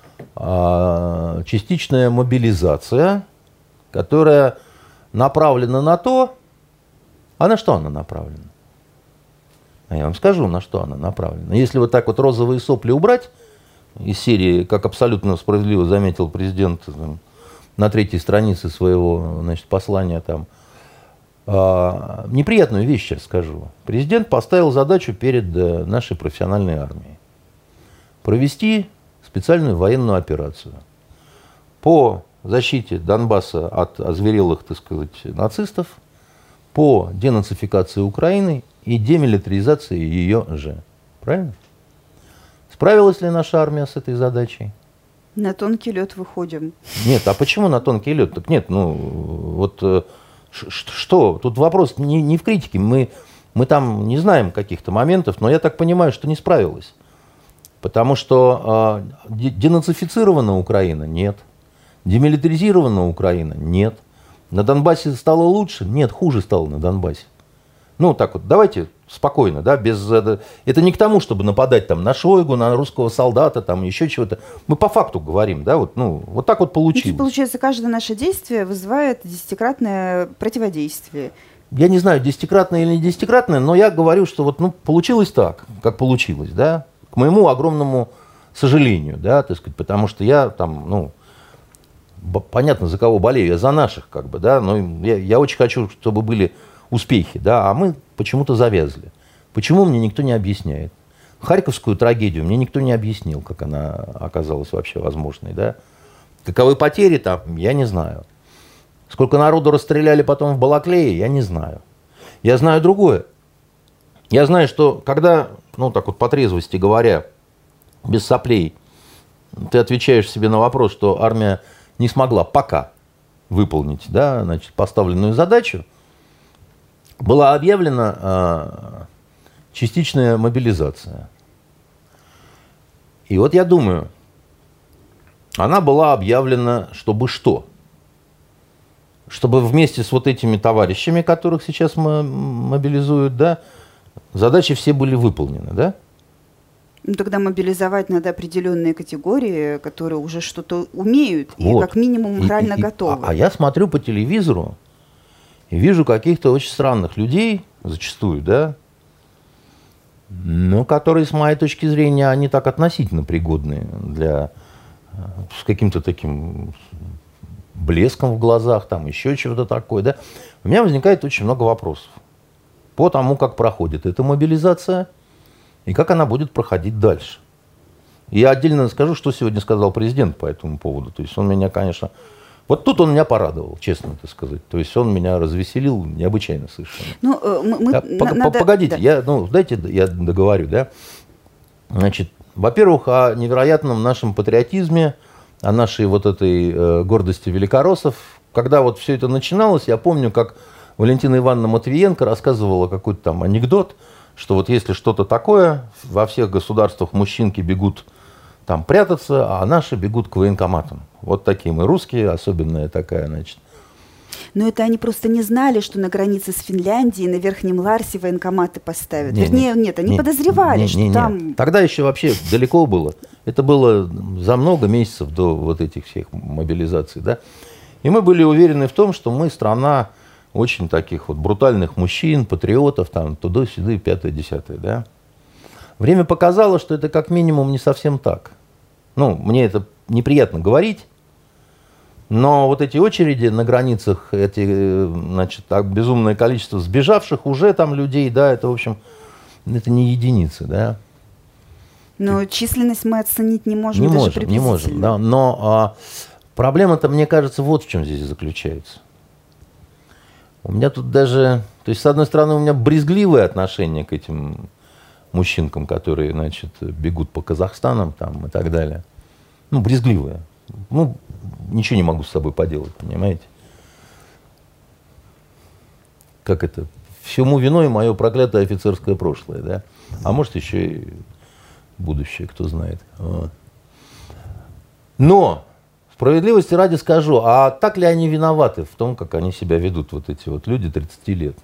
э, частичная мобилизация, которая направлена на то, а на что она направлена? А я вам скажу, на что она направлена. Если вот так вот розовые сопли убрать из серии, как абсолютно справедливо заметил президент там, на третьей странице своего, значит, послания, там, э, неприятную вещь сейчас скажу. Президент поставил задачу перед э, нашей профессиональной армией провести специальную военную операцию по защите Донбасса от озверелых, так сказать, нацистов, по денацификации Украины и демилитаризации ее же. Правильно? Справилась ли наша армия с этой задачей? На тонкий лед выходим. Нет, а почему на тонкий лед? Так нет, ну, вот э, что? Тут вопрос не, не в критике. Мы, мы там не знаем каких-то моментов, но я так понимаю, что не справилась. Потому что э, денацифицирована Украина? Нет. Демилитаризирована Украина? Нет. На Донбассе стало лучше? Нет, хуже стало на Донбассе. Ну, так вот, давайте спокойно, да, без... Это не к тому, чтобы нападать там на Шойгу, на русского солдата, там еще чего-то. Мы по факту говорим, да, вот, ну, вот так вот получилось. И, получается, каждое наше действие вызывает десятикратное противодействие. Я не знаю, десятикратное или не десятикратное, но я говорю, что вот, ну, получилось так, как получилось, да, к моему огромному сожалению, да, так сказать, потому что я там, ну, понятно, за кого болею, я за наших, как бы, да, но я, я очень хочу, чтобы были успехи, да, а мы почему-то завязли. Почему, мне никто не объясняет. Харьковскую трагедию мне никто не объяснил, как она оказалась вообще возможной, да. Каковы потери там, я не знаю. Сколько народу расстреляли потом в Балаклее, я не знаю. Я знаю другое. Я знаю, что когда, ну так вот по трезвости говоря, без соплей, ты отвечаешь себе на вопрос, что армия не смогла пока выполнить, да, значит, поставленную задачу, была объявлена э, частичная мобилизация. И вот я думаю, она была объявлена, чтобы что? Чтобы вместе с вот этими товарищами, которых сейчас мобилизуют, да, задачи все были выполнены, да? Ну, тогда мобилизовать надо определенные категории, которые уже что-то умеют и вот. как минимум морально и, и, готовы. А, а я смотрю по телевизору и вижу каких-то очень странных людей, зачастую, да, но которые, с моей точки зрения, они так относительно пригодны для, с каким-то таким блеском в глазах, там еще чего-то такое, да. У меня возникает очень много вопросов по тому, как проходит эта мобилизация и как она будет проходить дальше. И я отдельно скажу, что сегодня сказал президент по этому поводу. То есть он меня, конечно... Вот тут он меня порадовал, честно так сказать. То есть он меня развеселил необычайно совершенно. Ну, мы, да, на, по, надо... Погодите, да. я, ну, дайте я договорю, да. Значит, во-первых, о невероятном нашем патриотизме, о нашей вот этой э, гордости великороссов. Когда вот все это начиналось, я помню, как Валентина Ивановна Матвиенко рассказывала какой-то там анекдот, что вот если что-то такое, во всех государствах мужчинки бегут там прятаться, а наши бегут к военкоматам. Вот такие мы русские, особенная такая, значит. Но это они просто не знали, что на границе с Финляндией на Верхнем Ларсе военкоматы поставят. Не, Вернее, не, нет, они не, подозревали, не, что не, не. там... Тогда еще вообще далеко было. Это было за много месяцев до вот этих всех мобилизаций, да. И мы были уверены в том, что мы страна очень таких вот брутальных мужчин, патриотов, там, туда-сюда, пятое-десятое, да. Время показало, что это как минимум не совсем так. Ну, мне это неприятно говорить, но вот эти очереди на границах, эти, значит, так, безумное количество сбежавших уже там людей, да, это, в общем, это не единицы, да. Но Ты... численность мы оценить не можем, не даже можем, приблизительно. Не можем, да, но а, проблема-то, мне кажется, вот в чем здесь заключается. У меня тут даже, то есть, с одной стороны, у меня брезгливое отношение к этим мужчинкам, которые, значит, бегут по Казахстанам там и так далее. Ну, брезгливое. Ну, ничего не могу с собой поделать, понимаете? Как это? Всему виной мое проклятое офицерское прошлое, да? А может, еще и будущее, кто знает. Вот. Но, справедливости ради скажу, а так ли они виноваты в том, как они себя ведут, вот эти вот люди тридцати лет?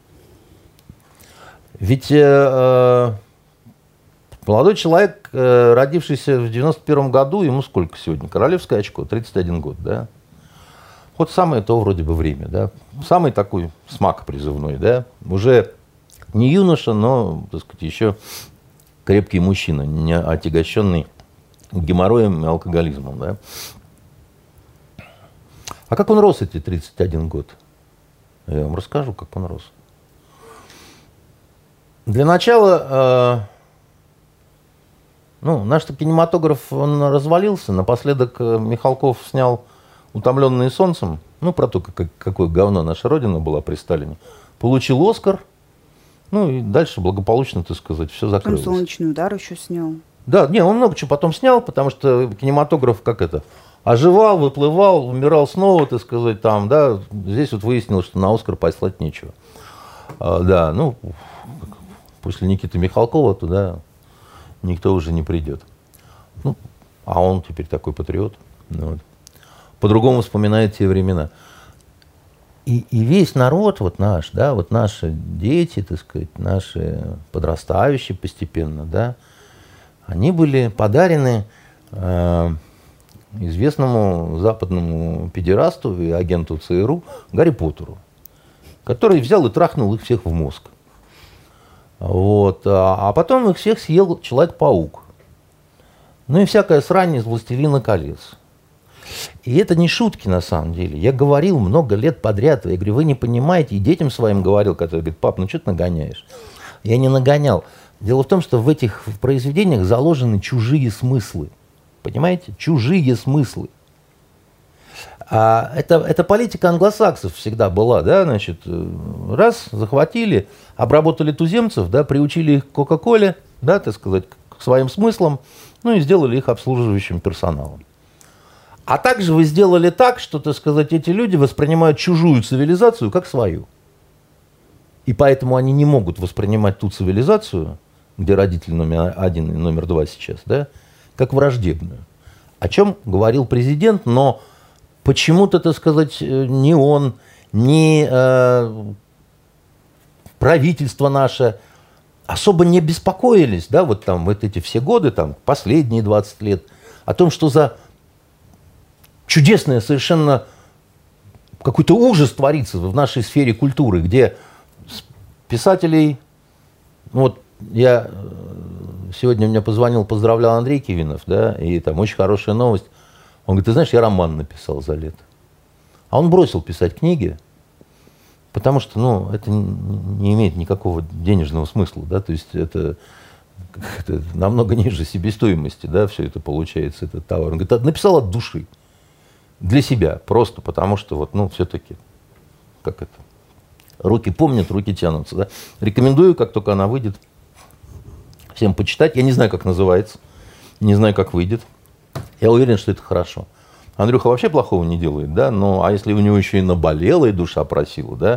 Ведь э, молодой человек, э, родившийся в девяносто первом году, ему сколько сегодня? Королевское очко, тридцать один год, да? Вот самое то вроде бы время, да? Самый такой смак призывной, да? Уже не юноша, но, так сказать, еще крепкий мужчина, не отягощенный геморроем и алкоголизмом, да? А как он рос эти тридцать один год? Я вам расскажу, как он рос. Для начала, э, ну, наш кинематограф, он развалился. Напоследок Михалков снял «Утомленные солнцем», ну, про то, как, какое говно наша Родина была при Сталине. Получил «Оскар», ну, и дальше благополучно, так сказать, все закрылось. Он «Солнечный удар» еще снял. Да, не, он много чего потом снял, потому что кинематограф, как это, оживал, выплывал, умирал снова, так сказать, там, да. Здесь вот выяснилось, что на «Оскар» послать нечего. А, да, ну, после Никиты Михалкова туда никто уже не придет. Ну, а он теперь такой патриот. Ну, вот. По-другому вспоминает те времена. И, и весь народ, вот наш, да, вот наши дети, так сказать, наши подрастающие постепенно, да, они были подарены э, известному западному педерасту и агенту ЦРУ Гарри Поттеру, который взял и трахнул их всех в мозг. Вот. А, а потом их всех съел Человек-паук. Ну и всякая срань из «Властелина колец». И это не шутки на самом деле. Я говорил много лет подряд. Я говорю, вы не понимаете. И детям своим говорил, которые говорят, пап, ну что ты нагоняешь? Я не нагонял. Дело в том, что в этих произведениях заложены чужие смыслы. Понимаете? Чужие смыслы. А это, это политика англосаксов всегда была, да, значит, раз, захватили, обработали туземцев, да, приучили их к Кока-Коле, да, так сказать, к своим смыслам, ну и сделали их обслуживающим персоналом. А также вы сделали так, что, так сказать, эти люди воспринимают чужую цивилизацию как свою. И поэтому они не могут воспринимать ту цивилизацию, где родитель номер один и номер два сейчас, да, как враждебную. О чем говорил президент, но почему-то, так сказать, ни он, ни э, правительство наше особо не беспокоились, да, вот там вот эти все годы, там, последние двадцать лет, о том, что за чудесное совершенно какой-то ужас творится в нашей сфере культуры, где писателей, ну вот я сегодня мне позвонил, поздравлял Андрей Кивинов, да, и там очень хорошая новость. Он говорит, ты знаешь, я роман написал за лето. А он бросил писать книги, потому что, ну, это не имеет никакого денежного смысла, да, то есть это, это намного ниже себестоимости, да, все это получается, этот товар. Он говорит, написал от души, для себя, просто потому что, вот, ну, все-таки, как это, руки помнят, руки тянутся, да. Рекомендую, как только она выйдет, всем почитать. Я не знаю, как называется, не знаю, как выйдет. Я уверен, что это хорошо. Андрюха вообще плохого не делает, да, но а если у него еще и наболела, и душа просила, да.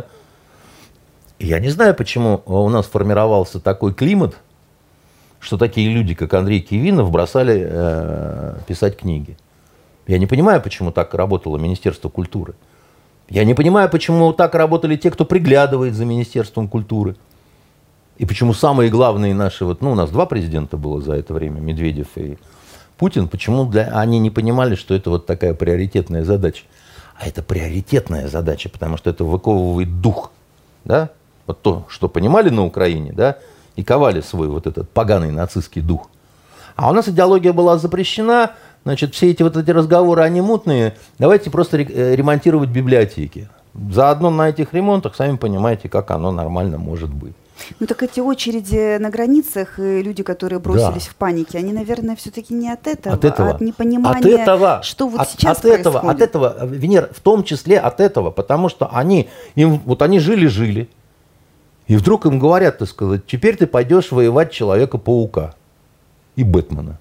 Я не знаю, почему у нас формировался такой климат, что такие люди, как Андрей Кивинов, бросали э, писать книги. Я не понимаю, почему так работало Министерство культуры. Я не понимаю, почему так работали те, кто приглядывает за Министерством культуры. И почему самые главные наши, вот, ну, у нас два президента было за это время, Медведев и Путин, почему для, они не понимали, что это вот такая приоритетная задача. А это приоритетная задача, потому что это выковывает дух, да, вот то, что понимали на Украине, да, и ковали свой вот этот поганый нацистский дух. А у нас идеология была запрещена, значит, все эти вот эти разговоры, они мутные, давайте просто ремонтировать библиотеки. Заодно на этих ремонтах, сами понимаете, как оно нормально может быть. Ну так эти очереди на границах и люди, которые бросились да. в панике, они, наверное, все-таки не от этого, от этого. а от непонимания, от этого, что вот от, сейчас от этого, от этого, Венера, в том числе от этого, потому что они, им, вот они жили-жили, и вдруг им говорят, так сказать, теперь ты пойдешь воевать Человека-паука и Бэтмена.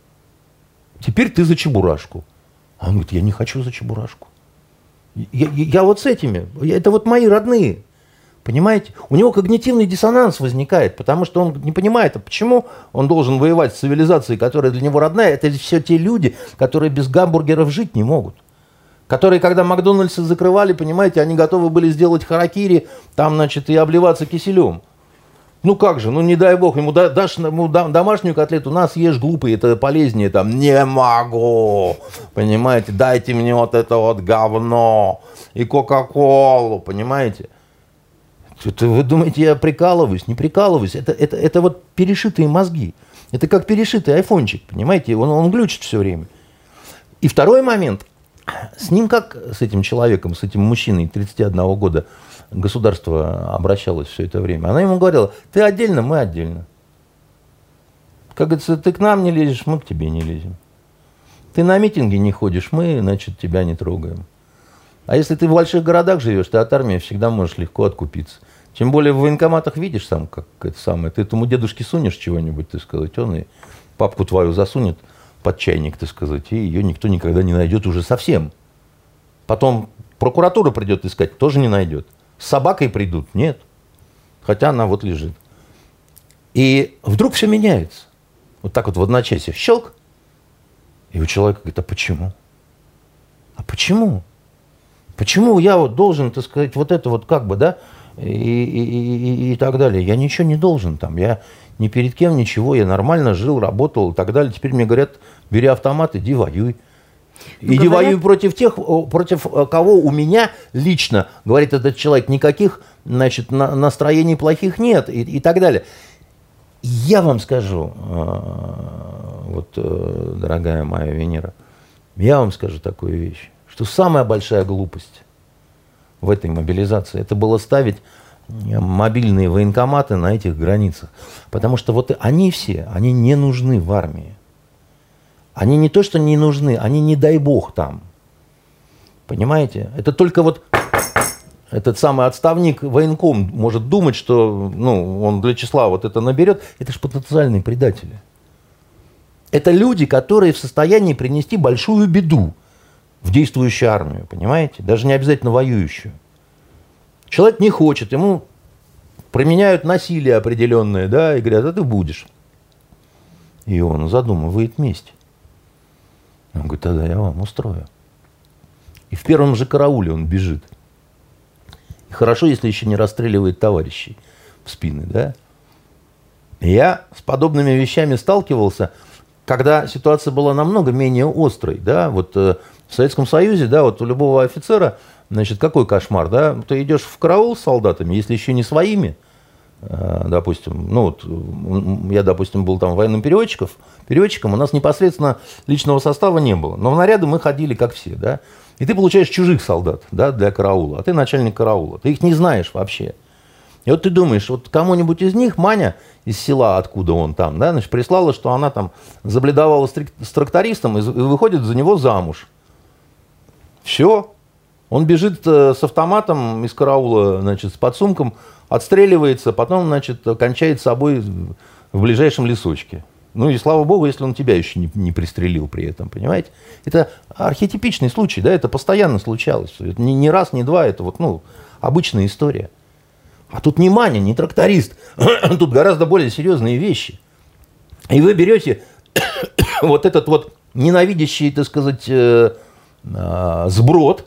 Теперь ты за Чебурашку. А он говорит, я не хочу за Чебурашку. Я, я, я вот с этими, это вот мои родные. Понимаете? У него когнитивный диссонанс возникает, потому что он не понимает, а почему он должен воевать с цивилизацией, которая для него родная. Это все те люди, которые без гамбургеров жить не могут. Которые, когда Макдональдсы закрывали, понимаете, они готовы были сделать харакири, там, значит, и обливаться киселем. Ну как же, ну не дай бог, ему дашь ему домашнюю котлету, на, съешь, глупый, это полезнее, там, не могу, понимаете, дайте мне вот это вот говно и кока-колу, понимаете. Это, вы думаете, я прикалываюсь? Не прикалываюсь, это, это, это вот перешитые мозги, это как перешитый айфончик, понимаете, он, он глючит все время. И второй момент, с ним как, с этим человеком, с этим мужчиной тридцати одного года, государство обращалось все это время. Она ему говорила, ты отдельно, мы отдельно. Как говорится, ты к нам не лезешь, мы к тебе не лезем. Ты на митинги не ходишь, мы, значит, тебя не трогаем. А если ты в больших городах живешь, ты от армии всегда можешь легко откупиться. Тем более в военкоматах видишь сам, как это самое, ты этому дедушке сунешь чего-нибудь, ты сказать, он и папку твою засунет под чайник, так сказать, и ее никто никогда не найдет уже совсем. Потом прокуратура придет искать, тоже не найдет. С собакой придут? Нет. Хотя она вот лежит. И вдруг все меняется. Вот так вот в одночасье щелк. И у человека говорит, а почему? А почему? Почему я вот должен, так сказать, вот это вот как бы, да, и, и, и, и так далее. Я ничего не должен там. Я ни перед кем ничего. Я нормально жил, работал и так далее. Теперь мне говорят, бери автомат, иди воюй. Ну, иди говорят... воюй против тех, против кого у меня лично, говорит этот человек, никаких, значит, на, настроений плохих нет и, и так далее. Я вам скажу, вот, дорогая моя Венера, я вам скажу такую вещь, что самая большая глупость в этой мобилизации, это было ставить мобильные военкоматы на этих границах. Потому что вот они все, они не нужны в армии. Они не то, что не нужны, они не дай бог там. Понимаете? Это только вот этот самый отставник военком может думать, что ну, он для числа вот это наберет. Это же потенциальные предатели. Это люди, которые в состоянии принести большую беду в действующую армию, понимаете? Даже не обязательно воюющую. Человек не хочет, ему применяют насилие определенное, да, и говорят, а ты будешь. И он задумывает месть. Он говорит, тогда я вам устрою. И в первом же карауле он бежит. И хорошо, если еще не расстреливает товарищей в спины, да. И я с подобными вещами сталкивался, когда ситуация была намного менее острой, да. Вот э, в Советском Союзе, да, вот у любого офицера, значит, какой кошмар, да. Ты идешь в караул с солдатами, если еще не своими, э, допустим, ну вот я, допустим, был там военным переводчиком, переводчиком, у нас непосредственно личного состава не было. Но в наряды мы ходили, как все, да. И ты получаешь чужих солдат, да, для караула, а ты начальник караула. Ты их не знаешь вообще. И вот ты думаешь, вот кому-нибудь из них, Маня из села, откуда он там, да, значит, прислала, что она там забледовала с трактористом и выходит за него замуж. Все. Он бежит с автоматом из караула, значит, с подсумком, отстреливается, потом, значит, кончает собой в ближайшем лесочке. Ну и слава богу, если он тебя еще не, не пристрелил при этом, понимаете? Это архетипичный случай, да, это постоянно случалось. Это не, не раз, не два, это вот, ну, обычная история. А тут не Маня, не тракторист, тут гораздо более серьезные вещи. И вы берете вот этот вот ненавидящий, так сказать, э, э, сброд,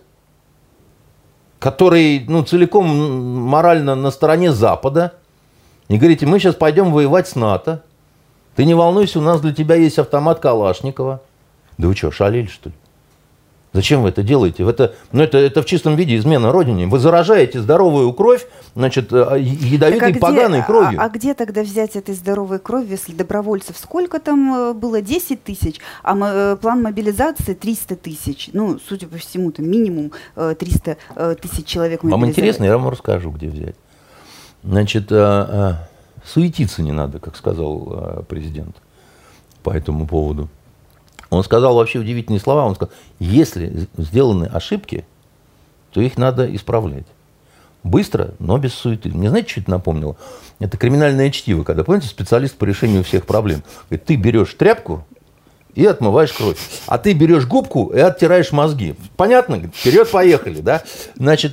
который, ну, целиком морально на стороне Запада, и говорите, мы сейчас пойдем воевать с НАТО. Ты не волнуйся, у нас для тебя есть автомат Калашникова. Да вы что, шалили, что ли? Зачем вы это делаете? Это, ну, это, это в чистом виде измена Родине. Вы заражаете здоровую кровь, значит, ядовитой, а где, поганой кровью. А, а где тогда взять этой здоровой крови, если добровольцев? Сколько там было? десять тысяч, а план мобилизации триста тысяч. Ну, судя по всему, там минимум триста тысяч человек мобилизовать. Вам интересно? Я вам расскажу, где взять. Значит, суетиться не надо, как сказал президент по этому поводу. Он сказал вообще удивительные слова. Он сказал, если сделаны ошибки, то их надо исправлять. Быстро, но без суеты. Мне знаете, что это напомнило? Это криминальное чтиво, когда, помните, специалист по решению всех проблем. Говорит, ты берешь тряпку и отмываешь кровь. А ты берешь губку и оттираешь мозги. Понятно? Вперед, поехали, да? Значит,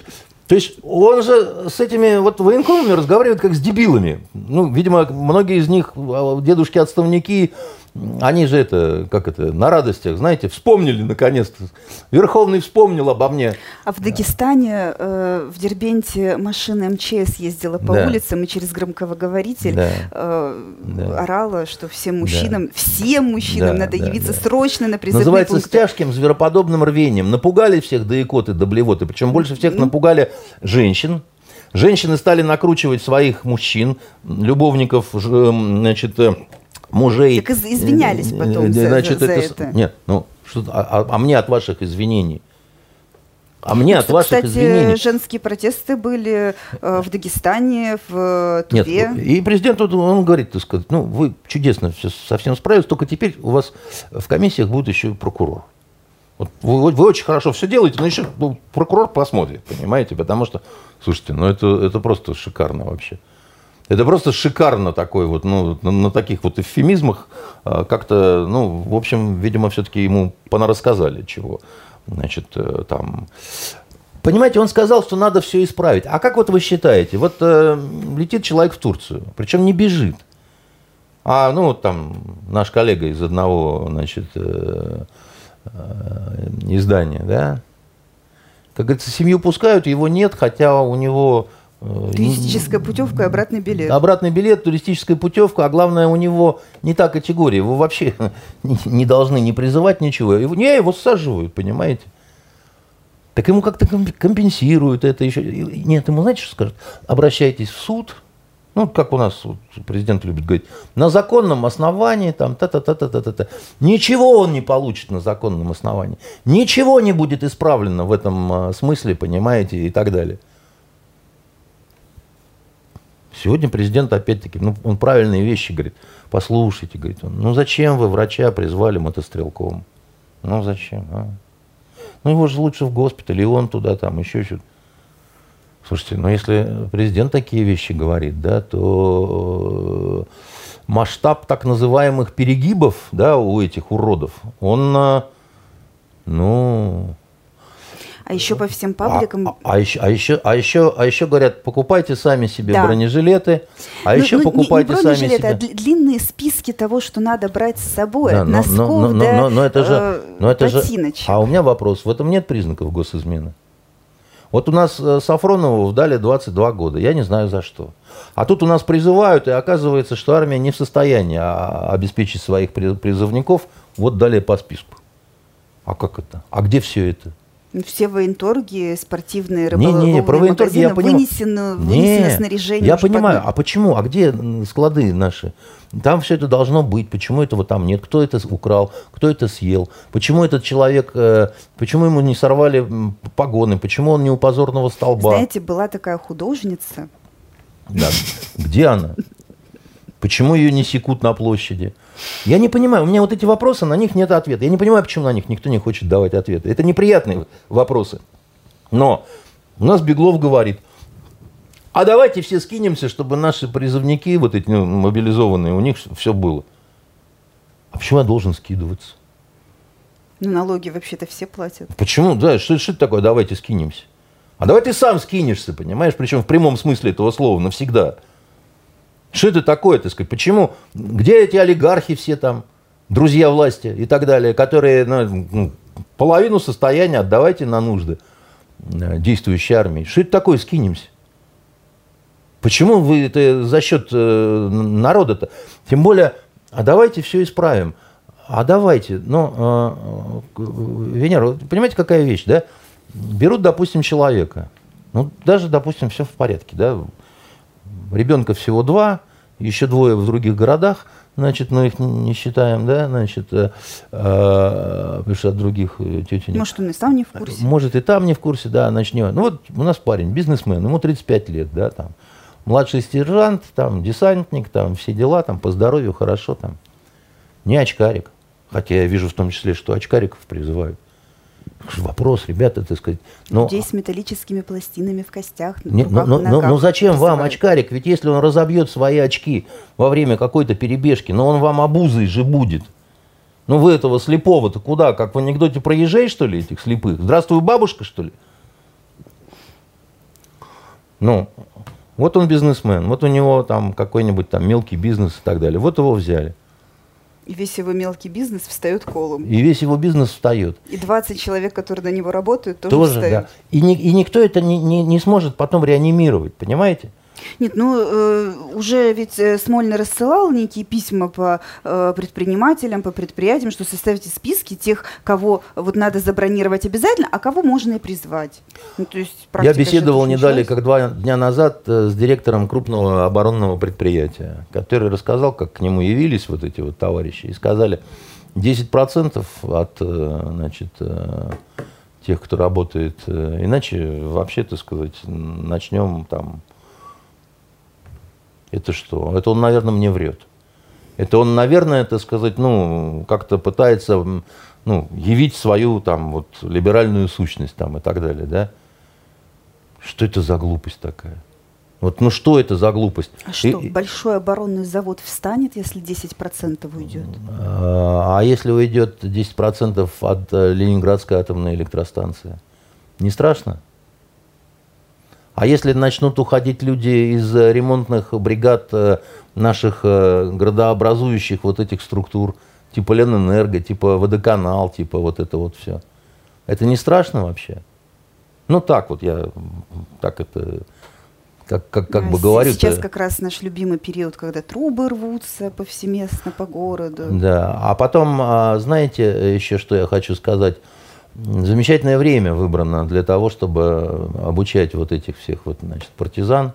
То есть он же с этими вот военкомами разговаривает как с дебилами. Ну, видимо, многие из них, дедушки-отставники, они же это, как это, на радостях, знаете, вспомнили наконец-то. Верховный вспомнил обо мне. А в Дагестане, э, в Дербенте машина эм че эс ездила по да. улицам и через громкоговоритель да. Э, да. орала, что всем мужчинам, да. всем мужчинам да, надо да, явиться да. срочно на призывные Называется пункты. С тяжким звероподобным рвением. Напугали всех до икоты, до блевоты. Причем больше всех mm-hmm. напугали женщин. Женщины стали накручивать своих мужчин, любовников, значит, мужей. Так извинялись потом значит, за, за это, это. Нет, ну, что, а, а мне от ваших извинений. А мне ну, от ваших кстати, извинений. Женские протесты были э, в Дагестане, в Туве. Нет, и президент, он говорит, так сказать, ну, вы чудесно все, совсем справились, только теперь у вас в комиссиях будет еще прокурор. Вот вы, вы очень хорошо все делаете, но еще ну, прокурор посмотрит, понимаете? Потому что, слушайте, ну это, это просто шикарно вообще. Это просто шикарно такой вот, ну, на, на таких вот эвфемизмах а, как-то, ну, в общем, видимо, все-таки ему понарассказали чего. Значит, там... Понимаете, он сказал, что надо все исправить. А как вот вы считаете? Вот э, летит человек в Турцию, причем не бежит. А, ну, вот там наш коллега из одного, значит, э, э, издания, да? Как говорится, семью пускают, его нет, хотя у него... Туристическая путевка и обратный билет. Обратный билет, туристическая путевка, а главное, у него не та категория. Его вообще не должны не призывать ничего. Его, не, его саживают, понимаете? Так ему как-то компенсируют это еще. Нет, ему знаете, что скажут? Обращайтесь в суд. Ну, как у нас президент любит говорить, на законном основании, там, та-та-та-та-та-та. Ничего он не получит на законном основании. Ничего не будет исправлено в этом смысле, понимаете, и так далее. Сегодня президент опять-таки, ну, он правильные вещи говорит. Послушайте, говорит он, ну зачем вы врача призвали мотострелком? Ну зачем? А? Ну его же лучше в госпитале, и он туда, там, еще что-то. Слушайте, ну если президент такие вещи говорит, да, то масштаб так называемых перегибов, да, у этих уродов, он, ну... А еще по всем пабликам... А, а, а, еще, а, еще, а, еще, а еще говорят, покупайте сами себе да. бронежилеты, а ну, еще ну, покупайте не, не сами себе... а длинные списки того, что надо брать с собой, да, от носков но, но, до но, но это же, но это ботиночек. Же... А у меня вопрос, в этом нет признаков госизмены? Вот у нас Сафронову дали двадцать два года, я не знаю за что. А тут у нас призывают, и оказывается, что армия не в состоянии обеспечить своих призывников, вот дали по списку. А как это? А где все это? Все военторги, спортивные рыболовные не, не, про военторги я понимаю. Вынесено, вынесено не, снаряжение. Я понимаю, а почему? А где склады наши? Там все это должно быть. Почему этого там нет? Кто это украл? Кто это съел? Почему этот человек, почему ему не сорвали погоны? Почему он не у позорного столба? Знаете, была такая художница. Да. Где она? Почему ее не секут на площади? Я не понимаю, у меня вот эти вопросы, на них нет ответа. Я не понимаю, почему на них никто не хочет давать ответы. Это неприятные вопросы. Но у нас Беглов говорит, а давайте все скинемся, чтобы наши призывники, вот эти ну, мобилизованные, у них все было. А почему я должен скидываться? Ну, налоги вообще-то все платят. Почему? Да, что, что это такое? Давайте скинемся. А давай ты сам скинешься, понимаешь? Причем в прямом смысле этого слова, навсегда. Что это такое, так сказать? Почему? Где эти олигархи все там, друзья власти и так далее, которые ну, половину состояния отдавайте на нужды действующей армии? Что это такое, скинемся? Почему вы это за счет э, народа-то? Тем более, а давайте все исправим. А давайте, ну, э, Венера, понимаете, какая вещь, да? Берут, допустим, человека, ну, даже, допустим, все в порядке, да? Ребенка всего два, еще двое в других городах, значит, мы их не считаем, да, значит, э, э, потому что от других тетенек. Может, он и сам не в курсе. Может, и там не в курсе, да, начнем. Ну, вот у нас парень, бизнесмен, ему тридцать пять лет, да, там, младший сержант, там, десантник, там, все дела, там, по здоровью хорошо, там, не очкарик. Хотя я вижу в том числе, что очкариков призывают. Вопрос, ребята, так сказать. Но... Людей с металлическими пластинами в костях. Не, ну, ну, ну, ну зачем вам очкарик? Ведь если он разобьет свои очки во время какой-то перебежки, но он вам обузой же будет. Ну вы этого слепого-то куда? Как в анекдоте про ежей, что ли, этих слепых? Здравствуй, бабушка, что ли? Ну, вот он бизнесмен, вот у него там какой-нибудь там мелкий бизнес и так далее. Вот его взяли. И весь его мелкий бизнес встает колом. И весь его бизнес встает. И двадцать человек, которые на него работают, тоже, тоже встают. Да. И, ни, и никто это не, не, не сможет потом реанимировать, понимаете? Нет, ну э, уже ведь Смольный рассылал некие письма по э, предпринимателям, по предприятиям, что составите списки тех, кого вот надо забронировать обязательно, а кого можно и призвать. Ну, то есть Я беседовал не далее, как два дня назад с директором крупного оборонного предприятия, который рассказал, как к нему явились вот эти вот товарищи и сказали, десять процентов от, значит, тех, кто работает, иначе вообще, так сказать, начнем там... Это что? Это он, наверное, мне врет. Это он, наверное, так сказать, ну, как-то пытается, ну, явить свою там вот либеральную сущность там и так далее, да? Что это за глупость такая? Вот, ну что это за глупость? А что, и, большой оборонный завод встанет, если десять процентов уйдет? А, а если уйдет десять процентов от Ленинградской атомной электростанции? Не страшно? А если начнут уходить люди из ремонтных бригад наших градообразующих вот этих структур, типа Ленэнерго, типа Водоканал, типа вот это вот все, это не страшно вообще? Ну так вот я, так это, как, как, как бы говорю. Сейчас как раз наш любимый период, когда трубы рвутся повсеместно по городу. Да, а потом, знаете, еще что я хочу сказать. Замечательное время выбрано для того, чтобы обучать вот этих всех вот, значит, партизан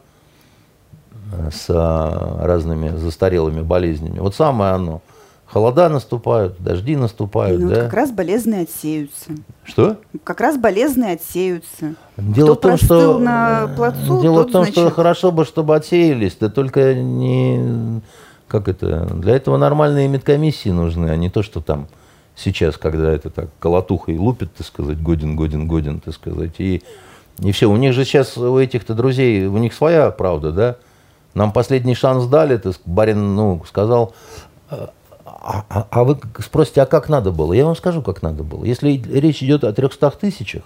с разными застарелыми болезнями. Вот самое оно. Холода наступают, дожди наступают. Ну, да? Как раз болезные отсеются. Что? Как раз болезные отсеются. Дело Кто в том, что, на плацу, дело тот, в том, значит... что хорошо бы, чтобы отсеялись, да только не... Как это? Для этого нормальные медкомиссии нужны, а не то, что там... Сейчас, когда это так колотухой лупит, так сказать, годен, годен, годен, так сказать, и, и все. У них же сейчас, у этих-то друзей, у них своя правда, да? Нам последний шанс дали, так, барин, ну, сказал, а, а, а вы спросите, а как надо было? Я вам скажу, как надо было. Если речь идет о трехстах тысячах,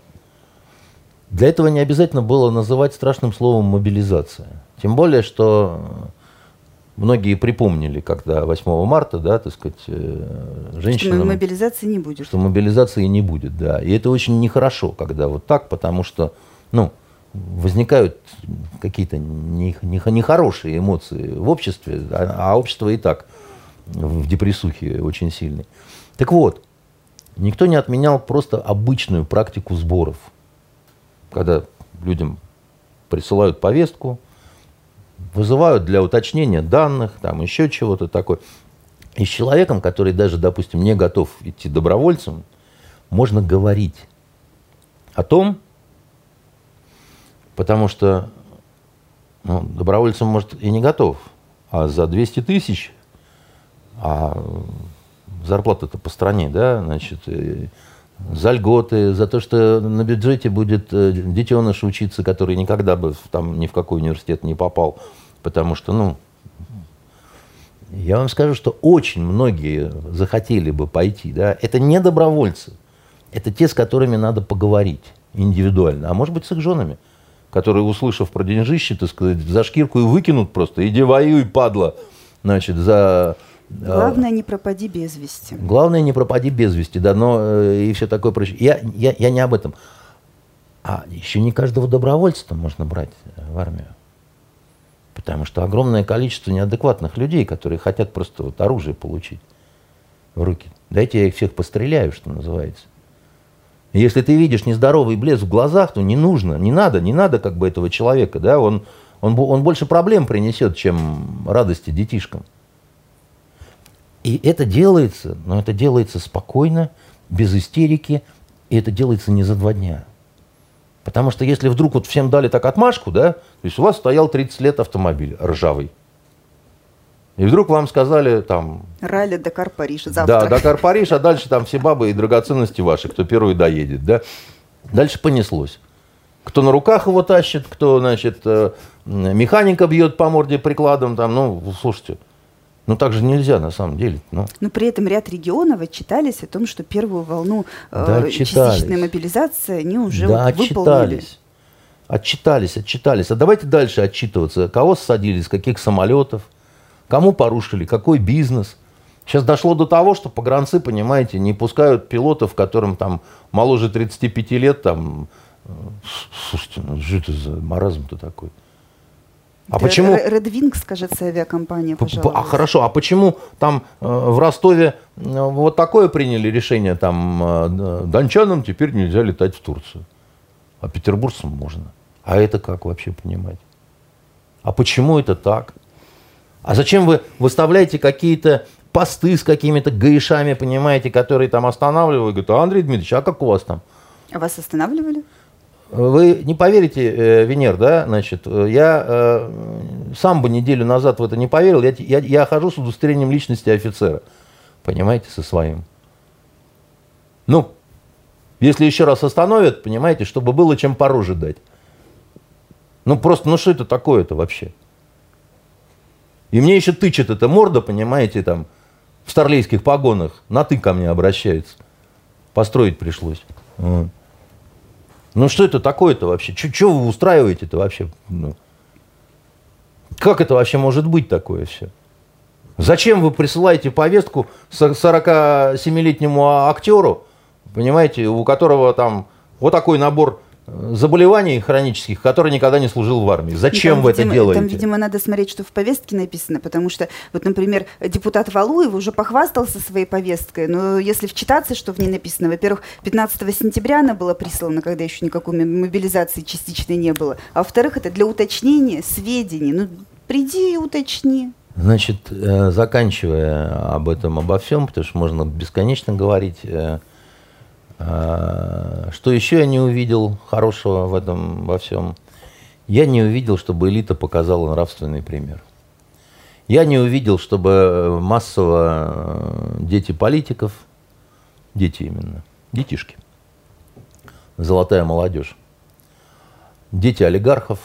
для этого не обязательно было называть страшным словом мобилизация. Тем более, что... Многие припомнили, когда восьмого марта, да, так сказать, женщинам... Что мобилизации не будет. Что мобилизации не будет, да. И это очень нехорошо, когда вот так, потому что, ну, возникают какие-то нехорошие эмоции в обществе, а общество и так в депрессухе очень сильной. Так вот, никто не отменял просто обычную практику сборов, когда людям присылают повестку, вызывают для уточнения данных, там еще чего-то такое. И с человеком, который даже, допустим, не готов идти добровольцем, можно говорить о том, потому что ну, добровольцем, может, и не готов, а за двести тысяч, а зарплата-то по стране, да, значит, за льготы, за то, что на бюджете будет детеныш учиться, который никогда бы там ни в какой университет не попал, потому что, ну, я вам скажу, что очень многие захотели бы пойти, да, это не добровольцы, это те, с которыми надо поговорить индивидуально, а может быть с их женами, которые, услышав про деньжище, так сказать, за шкирку и выкинут просто, иди воюй, падла, значит, за... Главное, не пропади без вести. Главное, не пропади без вести, да, но э, и все такое прочее. Я, я, я не об этом. А еще не каждого добровольца можно брать в армию. Потому что огромное количество неадекватных людей, которые хотят просто вот оружие получить в руки. Дайте я их всех постреляю, что называется. И если ты видишь нездоровый блеск в глазах, то не нужно, не надо, не надо как бы этого человека, да, он, он, он больше проблем принесет, чем радости детишкам. И это делается, но это делается спокойно, без истерики, и это делается не за два дня. Потому что если вдруг вот всем дали так отмашку, да, то есть у вас стоял тридцать лет автомобиль ржавый, и вдруг вам сказали там... Ралли Дакар-Париж завтра. Да, Дакар-Париж, а дальше там все бабы и драгоценности ваши, кто первый доедет, да. Дальше понеслось. Кто на руках его тащит, кто, значит, механика бьет по морде прикладом, там, ну, слушайте... Ну, так же нельзя, на самом деле. Ну. Но при этом ряд регионов отчитались о том, что первую волну да, э, частичной мобилизации они уже да, вот выполнили. Отчитались. Отчитались, отчитались. А давайте дальше отчитываться. Кого ссадили, с каких самолетов, кому порушили, какой бизнес. Сейчас дошло до того, что погранцы, понимаете, не пускают пилотов, которым там моложе тридцати пяти лет. Там... Слушайте, ну что это за маразм-то такой? А это почему... Red Wings, кажется, авиакомпания, пожалуйста. А хорошо, а почему там э, в Ростове э, вот такое приняли решение, там э, дончанам теперь нельзя летать в Турцию, а петербуржцам можно? А это как вообще понимать? А почему это так? А зачем вы выставляете какие-то посты с какими-то гаишами, понимаете, которые там останавливают, говорят, а, Андрей Дмитриевич, а как у вас там? А вас останавливали? Вы не поверите, э, Венер, да, значит, я э, сам бы неделю назад в это не поверил, я, я, я хожу с удостоверением личности офицера, понимаете, со своим. Ну, если еще раз остановят, понимаете, чтобы было чем по роже дать. Ну, просто, ну что это такое-то вообще? И мне еще тычет эта морда, понимаете, там, в старлейских погонах, на «ты» ко мне обращается. Построить пришлось. Вот. Ну что это такое-то вообще? Что вы устраиваете-то вообще? Ну, как это вообще может быть такое все? Зачем вы присылаете повестку сорокасемилетнему актеру, понимаете, у которого там вот такой набор заболеваний хронических, который никогда не служил в армии? Зачем там, вы видимо, это делаете? Там, видимо, надо смотреть, что в повестке написано, потому что, вот, например, депутат Валуев уже похвастался своей повесткой, но если вчитаться, что в ней написано, во-первых, пятнадцатого сентября она была прислана, когда еще никакой мобилизации частичной не было, а во-вторых, это для уточнения сведений. Ну, приди и уточни. Значит, заканчивая об этом, обо всем, потому что можно бесконечно говорить, что еще я не увидел хорошего в этом во всем? Я не увидел, чтобы элита показала нравственный пример. Я не увидел, чтобы массово дети политиков, дети именно, детишки, золотая молодежь, дети олигархов,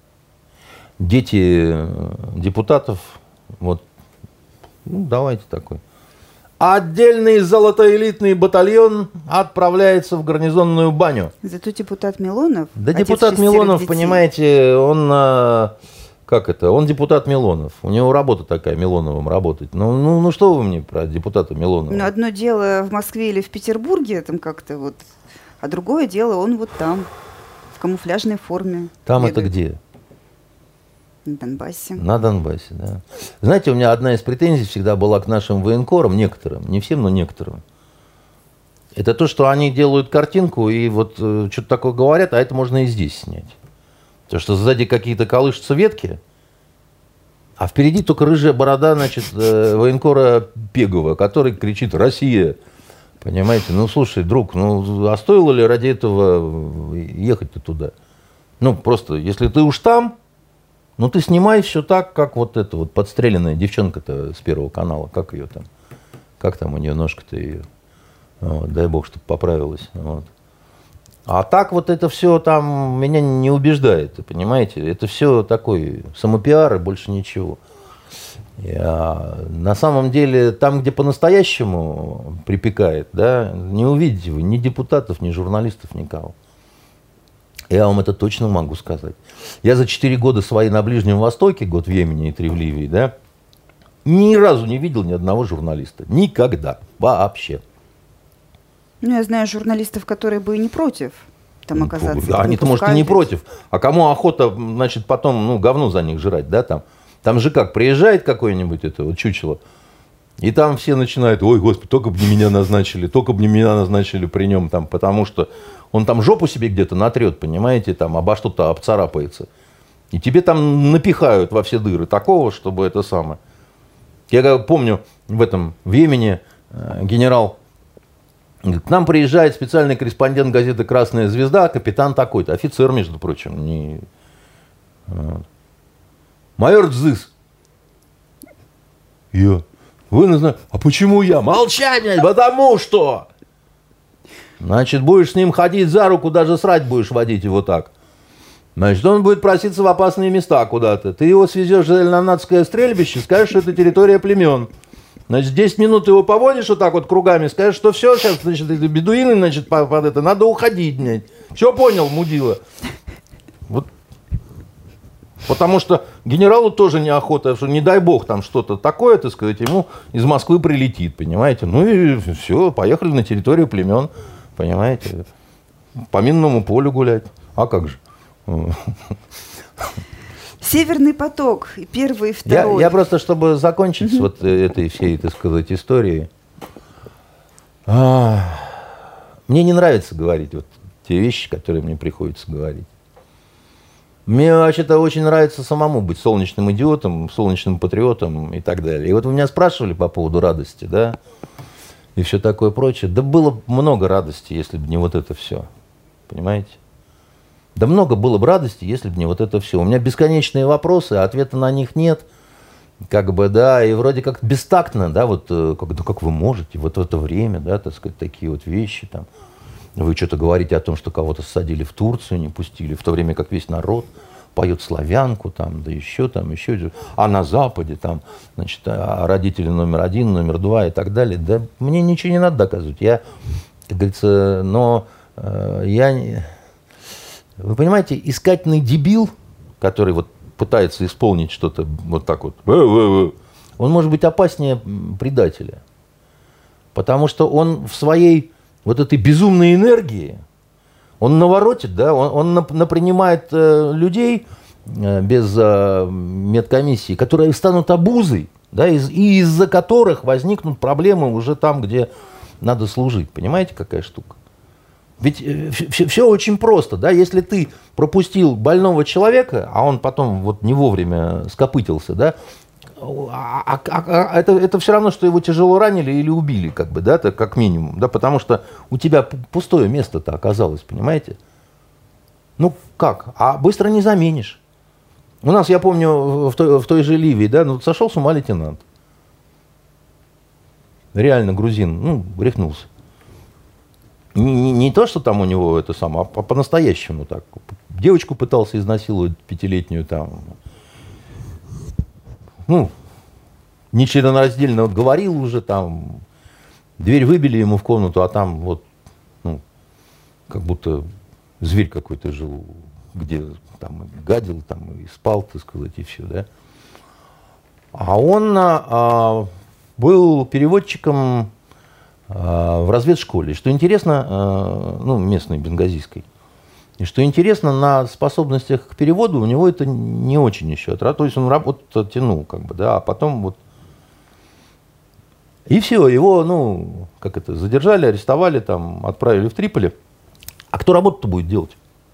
дети депутатов, вот, ну, давайте такой. Отдельный золотоэлитный батальон отправляется в гарнизонную баню. Зато депутат Милонов... Да депутат Милонов, детей. Понимаете, он... Как это? Он депутат Милонов. У него работа такая, Милоновым работать. Ну, ну, ну что вы мне про депутата Милонова? Ну, одно дело в Москве или в Петербурге, там как-то вот... А другое дело, он вот там, в камуфляжной форме. Там бегает. Это где? На Донбассе. На Донбассе, да. Знаете, у меня одна из претензий всегда была к нашим военкорам, некоторым, не всем, но некоторым. Это то, что они делают картинку и вот э, что-то такое говорят, а это можно и здесь снять. Потому что сзади какие-то колышутся ветки, а впереди только рыжая борода, значит, э, военкора Пегова, который кричит «Россия!». Понимаете? Ну, слушай, друг, ну, а стоило ли ради этого ехать-то туда? Ну, просто, если ты уж там, ну, ты снимай все так, как вот эта вот подстреленная девчонка-то с Первого канала. Как ее там? Как там у нее ножка-то ее? Вот, дай бог, чтобы поправилась. Вот. А так вот это все там меня не убеждает, понимаете? Это все такой самопиар и больше ничего. Я, на самом деле, там, где по-настоящему припекает, да, не увидите вы ни депутатов, ни журналистов, никого. Я вам это точно могу сказать. Я за четыре года свои на Ближнем Востоке, год в Йемене и три в Ливии, да, ни разу не видел ни одного журналиста. Никогда. Вообще. Ну, я знаю журналистов, которые бы и не против там оказаться. Да, они-то, может, и не против. А кому охота, значит, потом, ну, говно за них жрать, да, там. Там же как, приезжает какое-нибудь это вот чучело, и там все начинают, ой, господи, только бы не меня назначили, только бы не меня назначили при нем, там, потому что он там жопу себе где-то натрет, понимаете, там, обо что-то обцарапается. И тебе там напихают во все дыры такого, чтобы это самое. Я помню, в этом, в Йемене э, генерал, говорит, к нам приезжает специальный корреспондент газеты «Красная звезда», капитан такой-то, офицер, между прочим. Не... Вот. Майор Дзыс. Я. Вы не знаете, а почему я? Молчание, потому что... Значит, будешь с ним ходить за руку, даже срать будешь водить его так. Значит, он будет проситься в опасные места куда-то. Ты его свезешь в Зеленонадское стрельбище, скажешь, что это территория племен. Значит, десять минут его поводишь вот так вот кругами, скажешь, что все, сейчас, значит, это бедуины, значит, под это, надо уходить, блядь. Все понял, мудила? Потому что генералу тоже неохота, что не дай бог там что-то такое, так сказать, ему из Москвы прилетит, понимаете. Ну и все, поехали на территорию племен, понимаете. По минному полю гулять. А как же? Северный поток, первый и второй. Я, я просто, чтобы закончить с вот этой всей, так сказать, историей, а, мне не нравится говорить вот те вещи, которые мне приходится говорить. Мне вообще-то очень нравится самому быть солнечным идиотом, солнечным патриотом и так далее. И вот вы меня спрашивали по поводу радости, да, и все такое прочее. Да было много радости, если бы не вот это все. Понимаете? Да много было бы радости, если бы не вот это все. У меня бесконечные вопросы, а ответа на них нет. Как бы, да, и вроде как бестактно, да, вот, как, да как вы можете вот в это время, да, так сказать, такие вот вещи там. Вы что-то говорите о том, что кого-то ссадили в Турцию, не пустили, в то время как весь народ поет славянку, там, да еще там, еще, а на Западе там, значит, а родители номер один, номер два и так далее. Да мне ничего не надо доказывать. Я, как говорится, но э, я... Вы понимаете, искательный дебил, который вот пытается исполнить что-то вот так вот, он может быть опаснее предателя. Потому что он в своей вот этой безумной энергии, он наворотит, да, он, он напринимает э, людей э, без э, медкомиссии, которые станут обузой, да, из, и из-за которых возникнут проблемы уже там, где надо служить. Понимаете, какая штука? Ведь э, все, все очень просто, да, если ты пропустил больного человека, а он потом вот не вовремя скопытился, да, А, а, а, это, это все равно, что его тяжело ранили или убили, как бы, да, так, как минимум, да, потому что у тебя пустое место-то оказалось, понимаете? Ну как? А быстро не заменишь. У нас, я помню, в той, в той же Ливии, да, ну, сошел с ума лейтенант. Реально грузин, ну, рехнулся. Не, не, не то, что там у него это самое, а по-настоящему так. Девочку пытался изнасиловать пятилетнюю там. Ну, нечленораздельно говорил уже там, дверь выбили ему в комнату, а там вот, ну, как будто зверь какой-то жил, где там и гадил, там и спал, так сказать, и все, да. А он а, был переводчиком а, в разведшколе, что интересно, а, ну, местной, бенгазийской. И что интересно, на способностях к переводу у него это не очень еще. То есть он работу тянул, как бы, да, а потом вот... И все, его, ну, как это, задержали, арестовали, там, отправили в Триполи. А кто работу-то будет делать?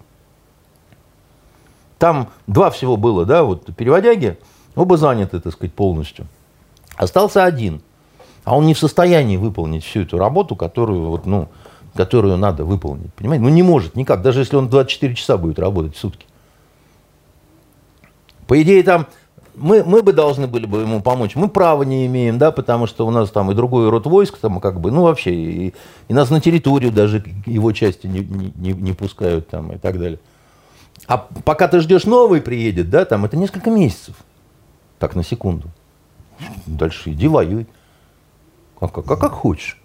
Там два всего было, да, вот переводяги, оба заняты, так сказать, полностью. Остался один, а он не в состоянии выполнить всю эту работу, которую, вот, ну, которую надо выполнить, понимаете? Ну, не может никак, даже если он двадцать четыре часа будет работать в сутки. По идее, там, мы, мы бы должны были бы ему помочь, мы права не имеем, да, потому что у нас там и другой род войск, там, как бы, ну, вообще, и, и нас на территорию даже его части не, не, не пускают, там, и так далее. А пока ты ждешь, новый приедет, да, там, это несколько месяцев, так, на секунду. Дальше иди воюй, как, как, как хочешь.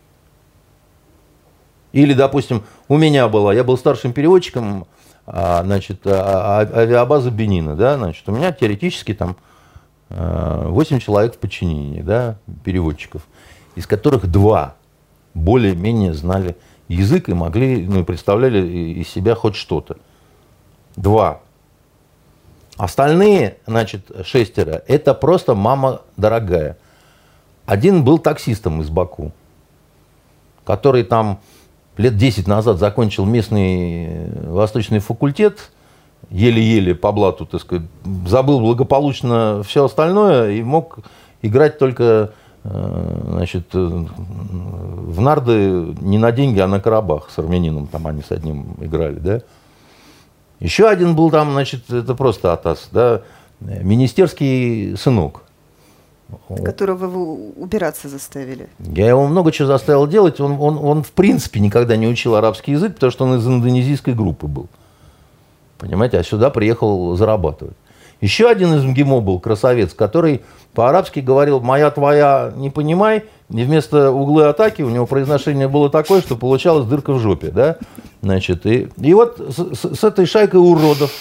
Или, допустим, у меня была, я был старшим переводчиком, а, значит, а, а, авиабазы Бенина, да, значит, у меня теоретически там восемь человек в подчинении, да, переводчиков, из которых два более-менее знали язык и могли, ну, и представляли из себя хоть что-то. Два. Остальные, значит, шестеро, это просто мама дорогая. Один был таксистом из Баку, который там лет десять назад закончил местный восточный факультет, еле-еле по блату, так сказать, забыл благополучно все остальное и мог играть только, значит, в нарды не на деньги, а на коробах с армянином, там они с одним играли, да. Еще один был там, значит, это просто атас, да, министерский сынок. Которого вы убираться заставили. Я его много чего заставил делать. Он, он, он в принципе никогда не учил арабский язык, потому что он из индонезийской группы был. Понимаете, а сюда приехал зарабатывать. Еще один из МГИМО был красавец, который по-арабски говорил «моя, твоя, не понимай». И вместо углы атаки у него произношение было такое, что получалась дырка в жопе. Да? Значит, и, и вот с, с, с этой шайкой уродов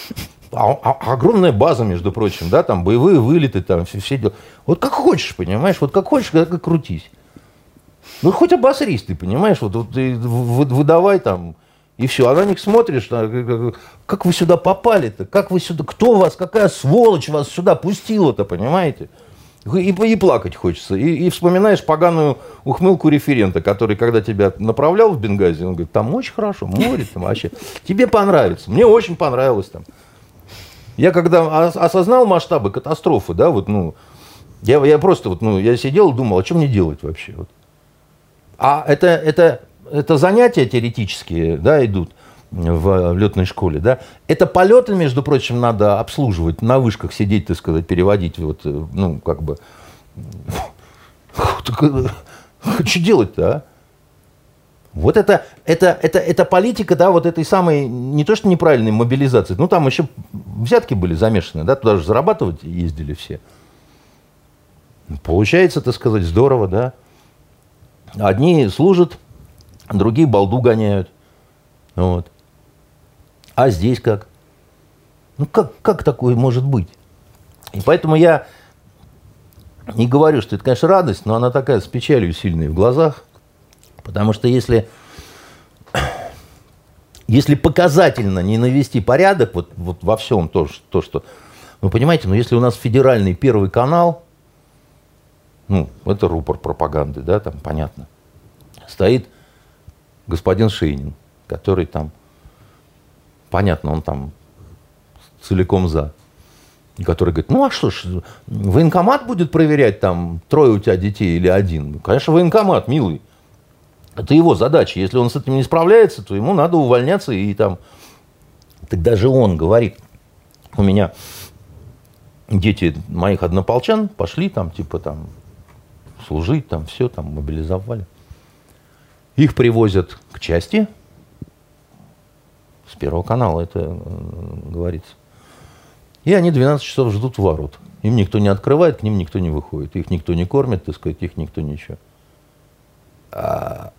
а, а, огромная база, между прочим, да, там боевые вылеты, там все, все дела. Вот как хочешь, понимаешь, вот как хочешь, как и крутись. Ну, хоть обосрись ты, понимаешь, вот, вот ты выдавай там, и все. А на них смотришь, как вы сюда попали-то, как вы сюда, кто вас, какая сволочь вас сюда пустила-то, понимаете? И, и плакать хочется. И, и вспоминаешь поганую ухмылку референта, который, когда тебя направлял в Бенгази, он говорит, там очень хорошо, море там вообще. Тебе понравится. Мне очень понравилось там. Я когда осознал масштабы катастрофы, да, вот, ну, я, я просто вот, ну, я сидел и думал, а что мне делать вообще? Вот. А это, это, это занятия теоретические, да, идут в, в летной школе, да. Это полеты, между прочим, надо обслуживать, на вышках сидеть, так сказать, переводить, вот, ну, как бы. Что делать-то, а? Вот это, это, это, это политика, да, вот этой самой, не то что неправильной мобилизации, ну, там еще взятки были замешаны, да, туда же зарабатывать ездили все. Получается, так сказать, здорово, да. Одни служат, другие балду гоняют. Вот. А здесь как? Ну, как, как такое может быть? И поэтому я не говорю, что это, конечно, радость, но она такая с печалью сильной в глазах. Потому что если, если показательно не навести порядок вот, вот во всем то, то, что... Вы понимаете, ну, если у нас федеральный первый канал, ну, это рупор пропаганды, да, там, понятно, стоит господин Шейнин, который там, понятно, он там целиком за, который говорит, ну, а что ж, военкомат будет проверять, там, трое у тебя детей или один? Конечно, военкомат, милый. Это его задача. Если он с этим не справляется, то ему надо увольняться и там... Так даже он говорит, у меня дети моих однополчан пошли там, типа там, служить, там, все, там, мобилизовали. Их привозят к части. С Первого канала это э, говорится. И они двенадцать часов ждут в ворот. Им никто не открывает, к ним никто не выходит. Их никто не кормит, так сказать, их никто ничего. А,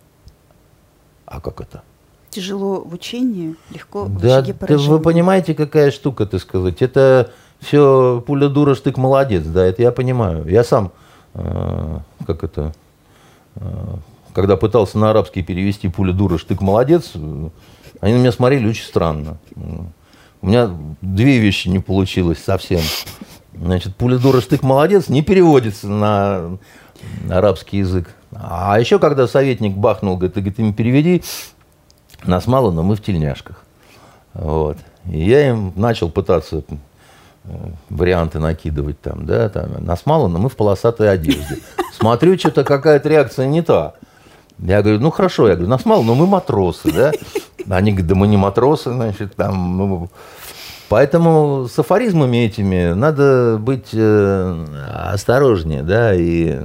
а как это? Тяжело в учении, легко в да, очаге поражения. Да вы понимаете, какая штука, так сказать. Это все пуля дура, штык молодец, да, это я понимаю. Я сам, э, как это, э, когда пытался на арабский перевести пуля дура, штык молодец, они на меня смотрели очень странно. У меня две вещи не получилось совсем. Значит, пуля дура, штык молодец не переводится на арабский язык. А еще когда советник бахнул, говорит, ты, ты им переведи, нас мало, но мы в тельняшках. Вот. И я им начал пытаться варианты накидывать там, да, там, нас мало, но мы в полосатой одежде. Смотрю, что-то какая-то реакция не та. Я говорю, ну хорошо, я говорю, нас мало, но мы матросы, да. Они говорят, да мы не матросы, значит, там, ну... Поэтому с афоризмами этими надо быть э, осторожнее, да, и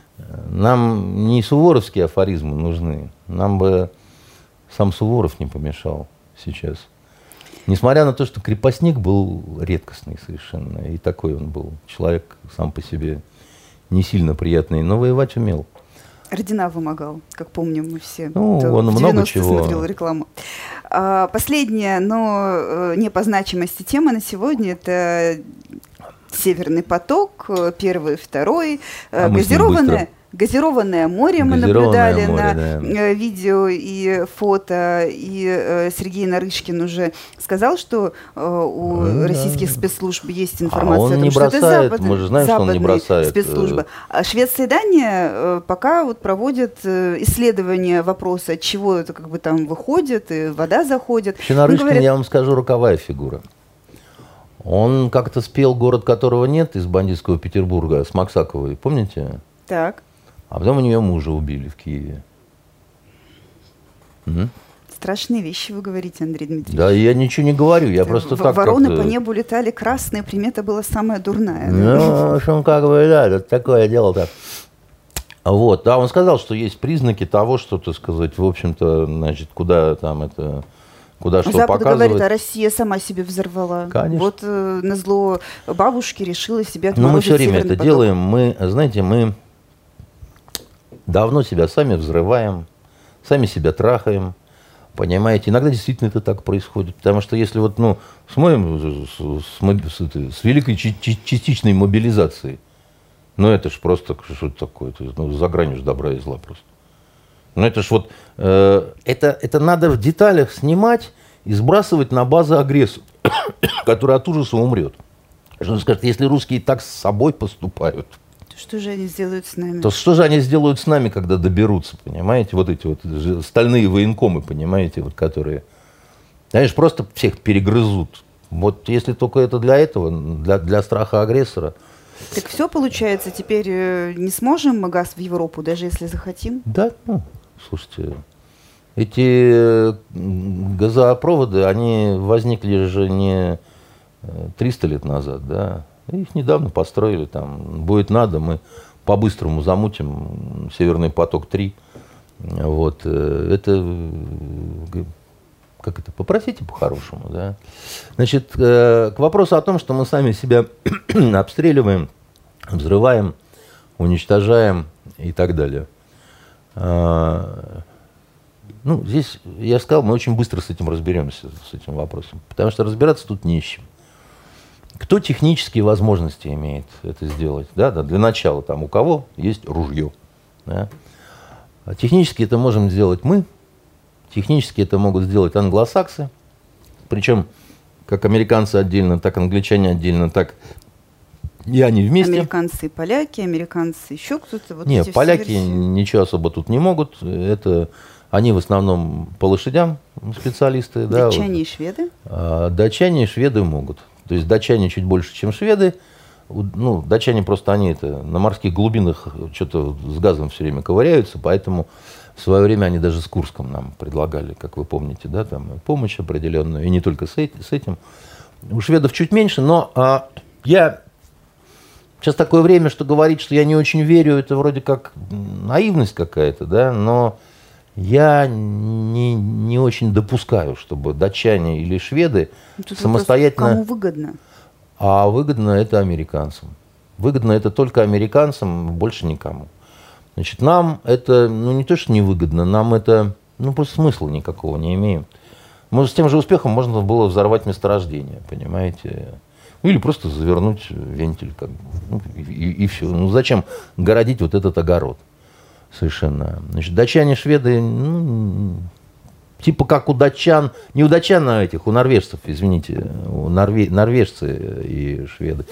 нам не суворовские афоризмы нужны, нам бы сам Суворов не помешал сейчас. Несмотря на то, что крепостник был редкостный совершенно, и такой он был, человек сам по себе не сильно приятный, но воевать умел. Ордена вымогал, как помним мы все. Ну, это он в много чего. Смотрел рекламу. А, последняя, но не по значимости тема на сегодня, это Северный поток, первый, второй, а газированная. Газированное море мы наблюдали море, на да. видео и фото, и э, Сергей Нарышкин уже сказал, что э, у да. российских спецслужб есть информация а он о том, не что бросает, это запад, мы же знаем, что он не бросает. Спецслужбы. А Швеция и Дания э, пока вот проводят э, исследование вопроса, от чего это как бы там выходит, и вода заходит. Вообще Нарышкин, говорят... я вам скажу, роковая фигура. Он как-то спел «Город, которого нет» из бандитского Петербурга с Максаковой, помните? Так. А потом у нее мужа убили в Киеве. М? Страшные вещи вы говорите, Андрей Дмитриевич. Да, я ничего не говорю, я да, просто в- так Вороны как-то... по небу летали красные, примета была самая дурная. Ну, в общем, как бы, да, это такое дело-то. Вот, да, он сказал, что есть признаки того, что, так сказать, в общем-то, значит, куда там это... Куда что Запад показывает. говорит, а Россия сама себе взорвала. Конечно. Вот э, назло бабушке решила себе отморозить. Но мы все время это поток. делаем. Мы, знаете, мы давно себя сами взрываем, сами себя трахаем. Понимаете, иногда действительно это так происходит. Потому что если вот, ну, смотрим с, с, с, с великой частичной мобилизацией, ну, это ж просто, что это такое? Это, ну, за гранью добра и зла просто. Ну, это ж вот, э, это, это надо в деталях снимать и сбрасывать на базу агрессора, который от ужаса умрет. Что он скажет, если русские так с собой поступают, то что же они сделают с нами? То что же они сделают с нами, когда доберутся, понимаете? Вот эти вот стальные военкомы, понимаете, вот которые, конечно, просто всех перегрызут. Вот если только это для этого, для, для страха агрессора. Так все получается, теперь не сможем мы газ в Европу, даже если захотим? Да, ну, слушайте, эти газопроводы, они возникли же не триста лет назад, да. Их недавно построили, там, будет надо, мы по-быстрому замутим Северный поток-три. Вот, это, как это, попросите по-хорошему, да. Значит, к вопросу о том, что мы сами себя обстреливаем, взрываем, уничтожаем и так далее. Ну, здесь, я сказал, мы очень быстро с этим разберемся, с этим вопросом, потому что разбираться тут не с чем. Кто технические возможности имеет это сделать? Да, да, для начала, там, у кого есть ружье. Да? А технически это можем сделать мы, технически это могут сделать англосаксы, причем как американцы отдельно, так англичане отдельно, так и они вместе. Американцы и поляки, американцы еще кто-то. Вот Нет, поляки ничего особо тут не могут. Это они в основном по лошадям специалисты. Датчане да, вот. И шведы? А, датчане и шведы могут. То есть датчане чуть больше, чем шведы. Ну, датчане просто они это на морских глубинах что-то с газом все время ковыряются, поэтому в свое время они даже с Курском нам предлагали, как вы помните, да, там помощь определенную, и не только с этим. У шведов чуть меньше, но а, я сейчас такое время, что говорить, что я не очень верю, это вроде как наивность какая-то, да, но я не, не очень допускаю, чтобы датчане или шведы тут самостоятельно... Вопрос, кому выгодно? А выгодно это американцам. Выгодно это только американцам, больше никому. Значит, нам это, ну, не то, что невыгодно, нам это, ну, просто смысла никакого не имеет. Может, с тем же успехом можно было взорвать месторождение, понимаете? Или просто завернуть вентиль, как бы, ну, и, и все. Ну, зачем городить вот этот огород? Совершенно. Значит, датчане, шведы, ну, типа как у датчан, не у датчан, а этих, у норвежцев, извините, у норве, норвежцы и шведы.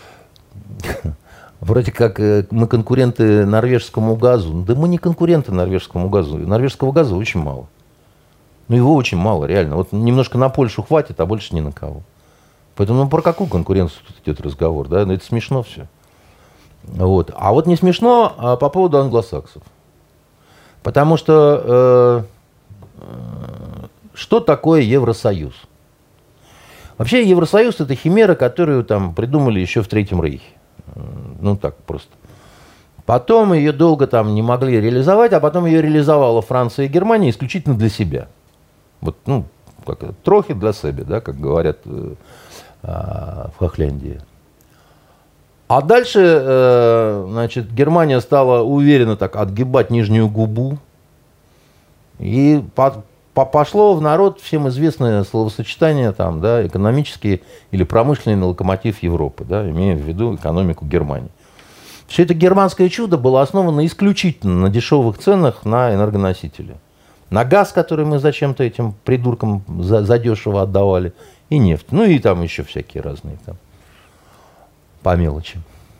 Вроде как мы конкуренты норвежскому газу. Да мы не конкуренты норвежскому газу. Норвежского газа очень мало. Ну, его очень мало, реально. Вот немножко на Польшу хватит, а больше ни на кого. Поэтому ну, про какую конкуренцию тут идет разговор, да? Ну, это смешно все. Вот. А вот не смешно а по поводу англосаксов. Потому что э, э, что такое Евросоюз? Вообще Евросоюз это химера, которую там придумали еще в Третьем Рейхе. Ну так просто. Потом ее долго там не могли реализовать, а потом ее реализовала Франция и Германия исключительно для себя. Вот, ну, как трохи для себя, да, как говорят э, э, в Хохляндии. А дальше, э, значит, Германия стала уверенно так отгибать нижнюю губу. И по, по, пошло в народ всем известное словосочетание, там, да, экономический или промышленный локомотив Европы, да, имея в виду экономику Германии. Все это германское чудо было основано исключительно на дешевых ценах на энергоносители. На газ, который мы зачем-то этим придуркам задешево отдавали, и нефть. Ну и там еще всякие разные там. По мелочи.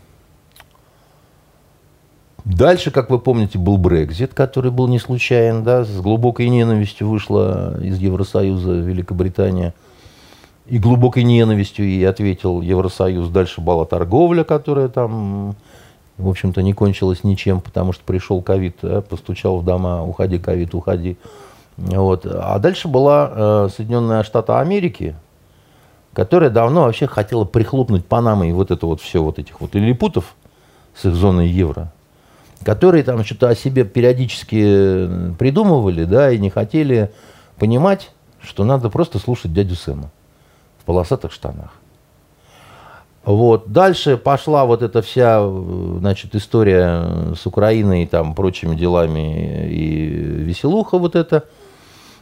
Дальше, как вы помните, был Брексит, который был не случайен, да, с глубокой ненавистью вышла из Евросоюза Великобритания. И глубокой ненавистью ей ответил Евросоюз. Дальше была торговля, которая там, в общем-то, не кончилась ничем, потому что пришел ковид, да, постучал в дома, уходи, ковид, уходи. Вот. А дальше была э, Соединенные Штаты Америки, которая давно вообще хотела прихлопнуть Панамой вот это вот все вот этих вот лилипутов с их зоной евро, которые там что-то о себе периодически придумывали, да, и не хотели понимать, что надо просто слушать дядю Сэма в полосатых штанах. Вот. Дальше пошла вот эта вся, значит, история с Украиной и там прочими делами и веселуха вот эта.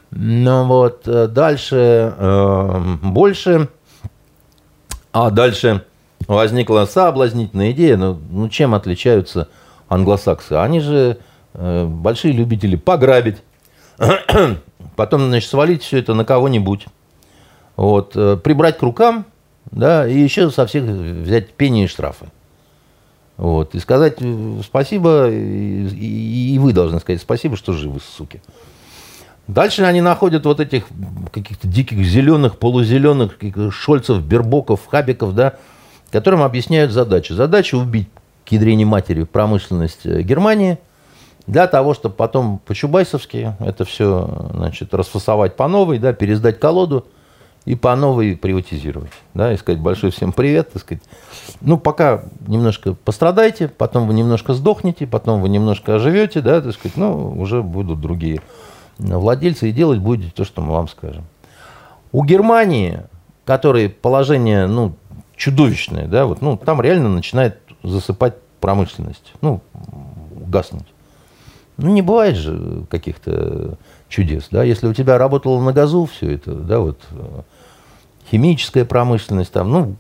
Ну вот, дальше э, больше, а дальше возникла соблазнительная идея, ну, ну чем отличаются англосаксы? Они же э, большие любители пограбить, потом, значит, свалить все это на кого-нибудь, вот, э, прибрать к рукам, да, и еще со всех взять пени и штрафы. Вот, и сказать спасибо, и, и, и вы должны сказать спасибо, что живы, суки. Дальше они находят вот этих каких-то диких зеленых, полузеленых Шольцев, Бербоков, Хабиков, да, которым объясняют задачу. Задача убить к ядрене матери промышленность Германии для того, чтобы потом по-чубайсовски это все, значит, расфасовать по новой, да, пересдать колоду и по новой приватизировать. Да, и сказать большой всем привет, так сказать. Ну, пока немножко пострадайте, потом вы немножко сдохнете, потом вы немножко оживете, да, так сказать, ну, уже будут другие владельцы, и делать будете то, что мы вам скажем. У Германии, которой положение, ну, чудовищное, да, вот, ну, там реально начинает засыпать промышленность, ну, гаснуть. Ну, не бывает же каких-то чудес, да, если у тебя работало на газу все это, да, вот, химическая промышленность там, ну,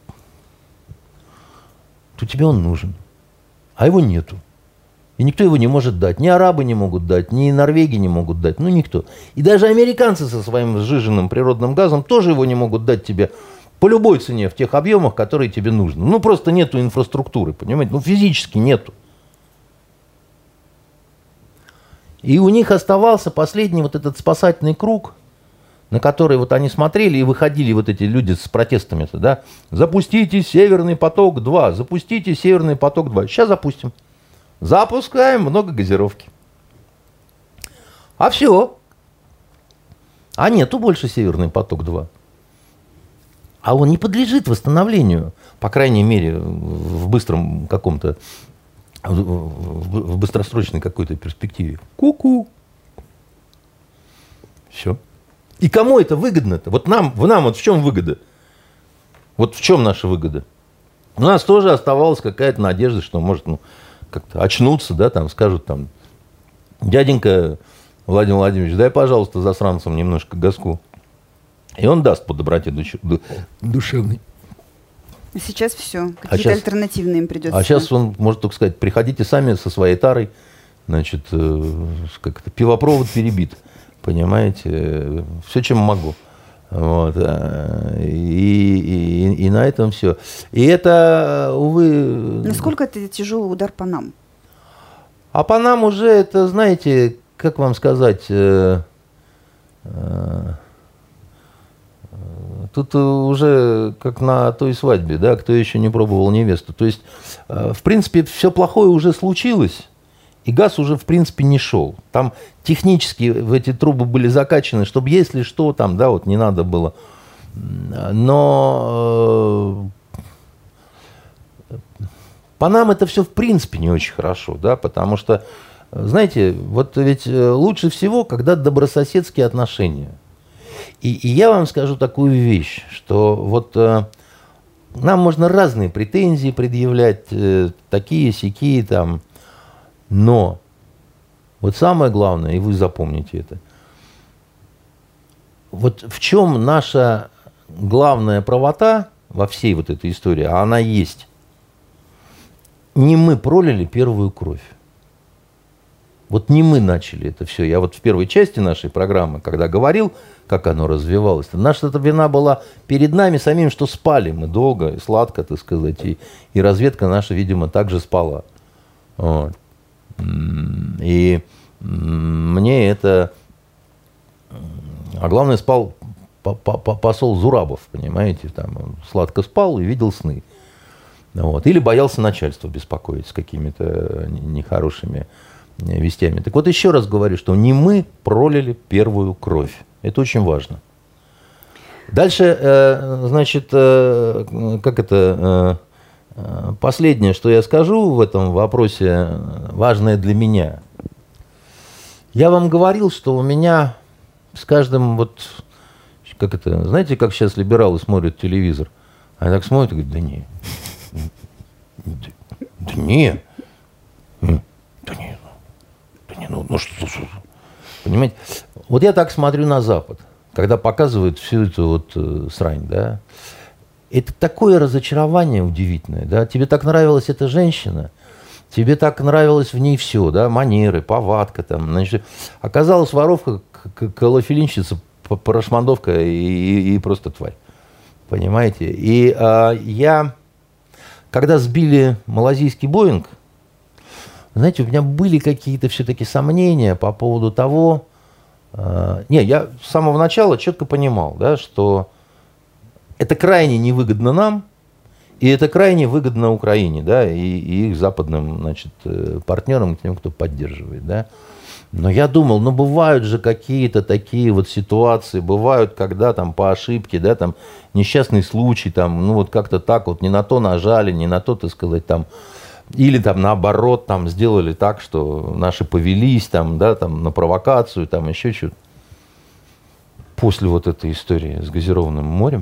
то тебе он нужен, а его нету. И никто его не может дать. Ни арабы не могут дать, ни норвеги не могут дать, ну никто. И даже американцы со своим сжиженным природным газом тоже его не могут дать тебе по любой цене в тех объемах, которые тебе нужны. Ну просто нету инфраструктуры, понимаете, ну физически нету. И у них оставался последний вот этот спасательный круг, на который вот они смотрели и выходили вот эти люди с протестами-то, да. Запустите Северный поток-два, запустите Северный поток-два. Сейчас запустим. Запускаем много газировки. А все. А нету больше Северный поток-два. А он не подлежит восстановлению, по крайней мере, в быстром каком-то, в быстросрочной какой-то перспективе. Ку-ку. Все. И кому это выгодно-то? Вот нам, в нам вот в чем выгода? Вот в чем наша выгода? У нас тоже оставалась какая-то надежда, что может, ну, как-то очнуться, да, там скажут там: дяденька Владимир Владимирович, дай, пожалуйста, засранцам немножко газку. И он даст по доброте душ... душевной. Сейчас все. Какие-то а сейчас... альтернативные им придется. А сейчас он может только сказать: приходите сами со своей тарой, значит, э, как-то пивопровод перебит, понимаете, все, чем могу. Вот. И, и, и на этом все. И это, увы... Насколько это тяжелый удар по нам? А по нам уже это, знаете, как вам сказать, э, э, тут уже как на той свадьбе, да, кто еще не пробовал невесту. То есть, э, в принципе, все плохое уже случилось, и газ уже, в принципе, не шел. Там технически в эти трубы были закачаны, чтобы, если что, там, да, вот не надо было. Но э, по нам это все, в принципе, не очень хорошо, да, потому что, знаете, вот ведь лучше всего, когда добрососедские отношения. И, и я вам скажу такую вещь, что вот э, нам можно разные претензии предъявлять, э, такие, сякие там, но вот самое главное, и вы запомните это, вот в чем наша главная правота во всей вот этой истории, а она есть, не мы пролили первую кровь. Вот не мы начали это все. Я вот в первой части нашей программы, когда говорил, как оно развивалось, наша эта вина была перед нами самим, что спали мы долго и сладко, так сказать, и, и разведка наша, видимо, также спала. Вот. И мне это... А главное, спал посол Зурабов, понимаете, там он сладко спал и видел сны. Вот. Или боялся начальства беспокоить с какими-то нехорошими вестями. Так вот, еще раз говорю, что не мы пролили первую кровь. Это очень важно. Дальше, э, значит, э, как это, э, последнее, что я скажу в этом вопросе, важное для меня. Я вам говорил, что у меня с каждым, вот, как это, знаете, как сейчас либералы смотрят телевизор? Они так смотрят и говорят: да не, да, да не, да не, да не, ну, ну что, Понимаете? Вот я так смотрю на Запад, когда показывают всю эту вот э, срань, да. Это такое разочарование удивительное, да. Тебе так нравилась эта женщина, тебе так нравилось в ней все, да, манеры, повадка там. Значит, оказалась воровка, колофилинщица, порошмандовка и, и, и просто тварь. Понимаете? И а, я, когда сбили малазийский Боинг, знаете, у меня были какие-то все-таки сомнения по поводу того... А, не, я с самого начала четко понимал, да, что это крайне невыгодно нам, и это крайне выгодно Украине, да, и, и их западным, значит, партнерам, тем, кто поддерживает, да. Но я думал, ну, бывают же какие-то такие вот ситуации, бывают, когда там по ошибке, да, там несчастный случай, там, ну, вот как-то так вот не на то нажали, не на то, так сказать, там, или там наоборот, там, сделали так, что наши повелись, там, да, там, на провокацию, там, еще что-то. После вот этой истории с газированным морем,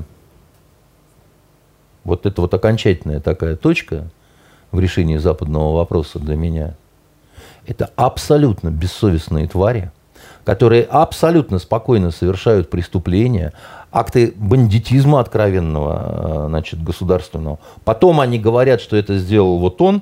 вот это вот окончательная такая точка в решении западного вопроса для меня, это абсолютно бессовестные твари, которые абсолютно спокойно совершают преступления, акты бандитизма откровенного, значит, государственного. Потом они говорят, что это сделал вот он.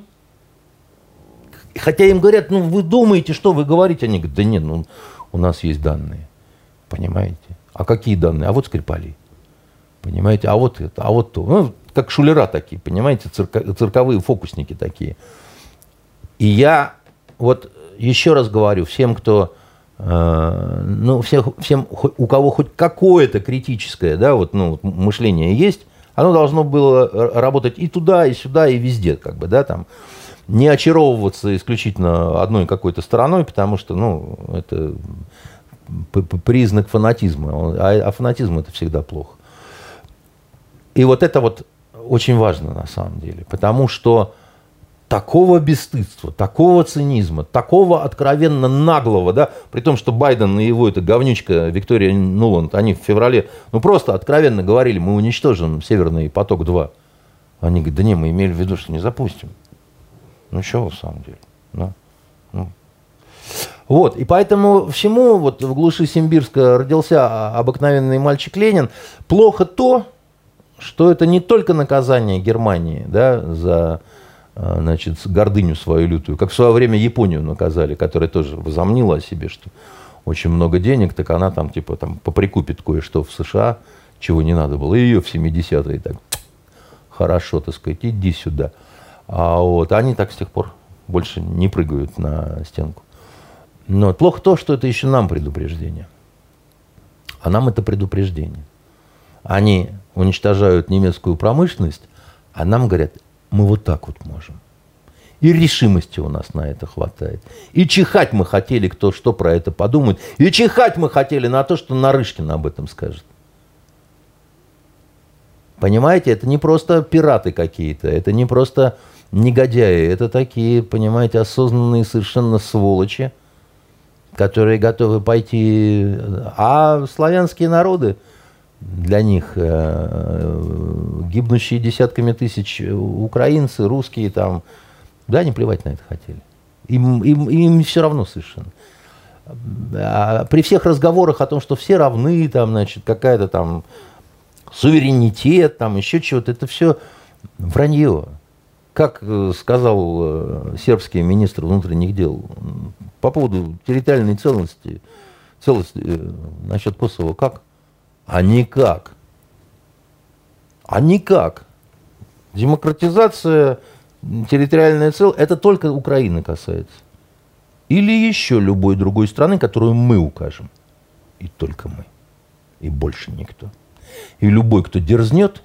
Хотя им говорят, ну вы думаете, что вы говорите? Они говорят, да нет, ну у нас есть данные. Понимаете? А какие данные? А вот Скрипалей. Понимаете? А вот это, а вот то. Ну, как шулера такие, понимаете? Цирка, цирковые фокусники такие. И я... Вот еще раз говорю, всем, кто, э, ну, всех, всем, у кого хоть какое-то критическое, да, вот, ну, мышление есть, оно должно было работать и туда, и сюда, и везде, как бы, да, там, не очаровываться исключительно одной какой-то стороной, потому что, ну, это признак фанатизма, а, а фанатизм это всегда плохо. И вот это вот очень важно на самом деле, потому что такого бесстыдства, такого цинизма, такого откровенно наглого, да, при том, что Байден и его эта говнючка Виктория Нуланд, они в феврале, ну, просто откровенно говорили, мы уничтожим Северный поток-два. Они говорят, да не, мы имели в виду, что не запустим. Ну, что в самом деле? Ну, ну. Вот, и поэтому всему вот в глуши Симбирска родился обыкновенный мальчик Ленин. Плохо то, что это не только наказание Германии, да, за... значит, гордыню свою лютую, как в свое время Японию наказали, которая тоже возомнила о себе, что очень много денег, так она там типа там поприкупит кое-что в США, чего не надо было. И ее в семидесятые так хорошо, так сказать, иди сюда. А вот они так с тех пор больше не прыгают на стенку. Но плохо то, что это еще нам предупреждение. А нам это предупреждение. Они уничтожают немецкую промышленность, а нам говорят, мы вот так вот можем. И решимости у нас на это хватает. И чихать мы хотели, кто что про это подумает. И чихать мы хотели на то, что Нарышкин об этом скажет. Понимаете, это не просто пираты какие-то, это не просто негодяи, это такие, понимаете, осознанные совершенно сволочи, которые готовы пойти... А славянские народы, для них э, гибнущие десятками тысяч украинцы, русские там, да, они плевать на это хотели. Им, им, им все равно совершенно. А при всех разговорах о том, что все равны, там, значит, какая-то там суверенитет, там, еще чего-то, это все вранье. Как сказал сербский министр внутренних дел по поводу территориальной целостности, целости насчет Косово, как? А никак. А никак. Демократизация, территориальная цель, это только Украины касается. Или еще любой другой страны, которую мы укажем. И только мы. И больше никто. И любой, кто дерзнет,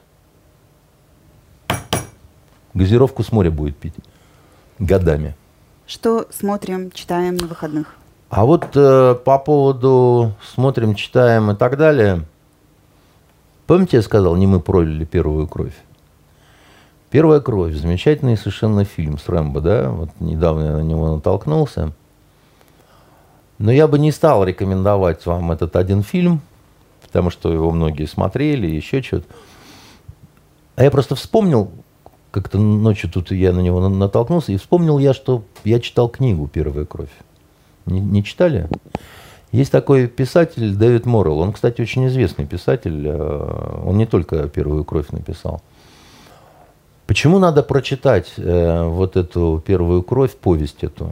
газировку с моря будет пить. Годами. Что смотрим, читаем на выходных? А вот э, по поводу смотрим, читаем и так далее... Помните, я сказал, не мы пролили первую кровь? Первая кровь. Замечательный совершенно фильм с Рэмбо, да? Вот недавно я на него натолкнулся. Но я бы не стал рекомендовать вам этот один фильм, потому что его многие смотрели, еще что-то. А я просто вспомнил, как-то ночью тут я на него натолкнулся, и вспомнил я, что я читал книгу «Первая кровь». Не, не читали? Есть такой писатель Дэвид Моррелл. Он, кстати, очень известный писатель. Он не только «Первую кровь» написал. Почему надо прочитать э, вот эту «Первую кровь», повесть эту?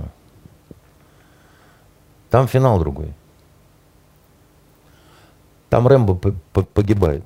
Там финал другой. Там Рэмбо погибает.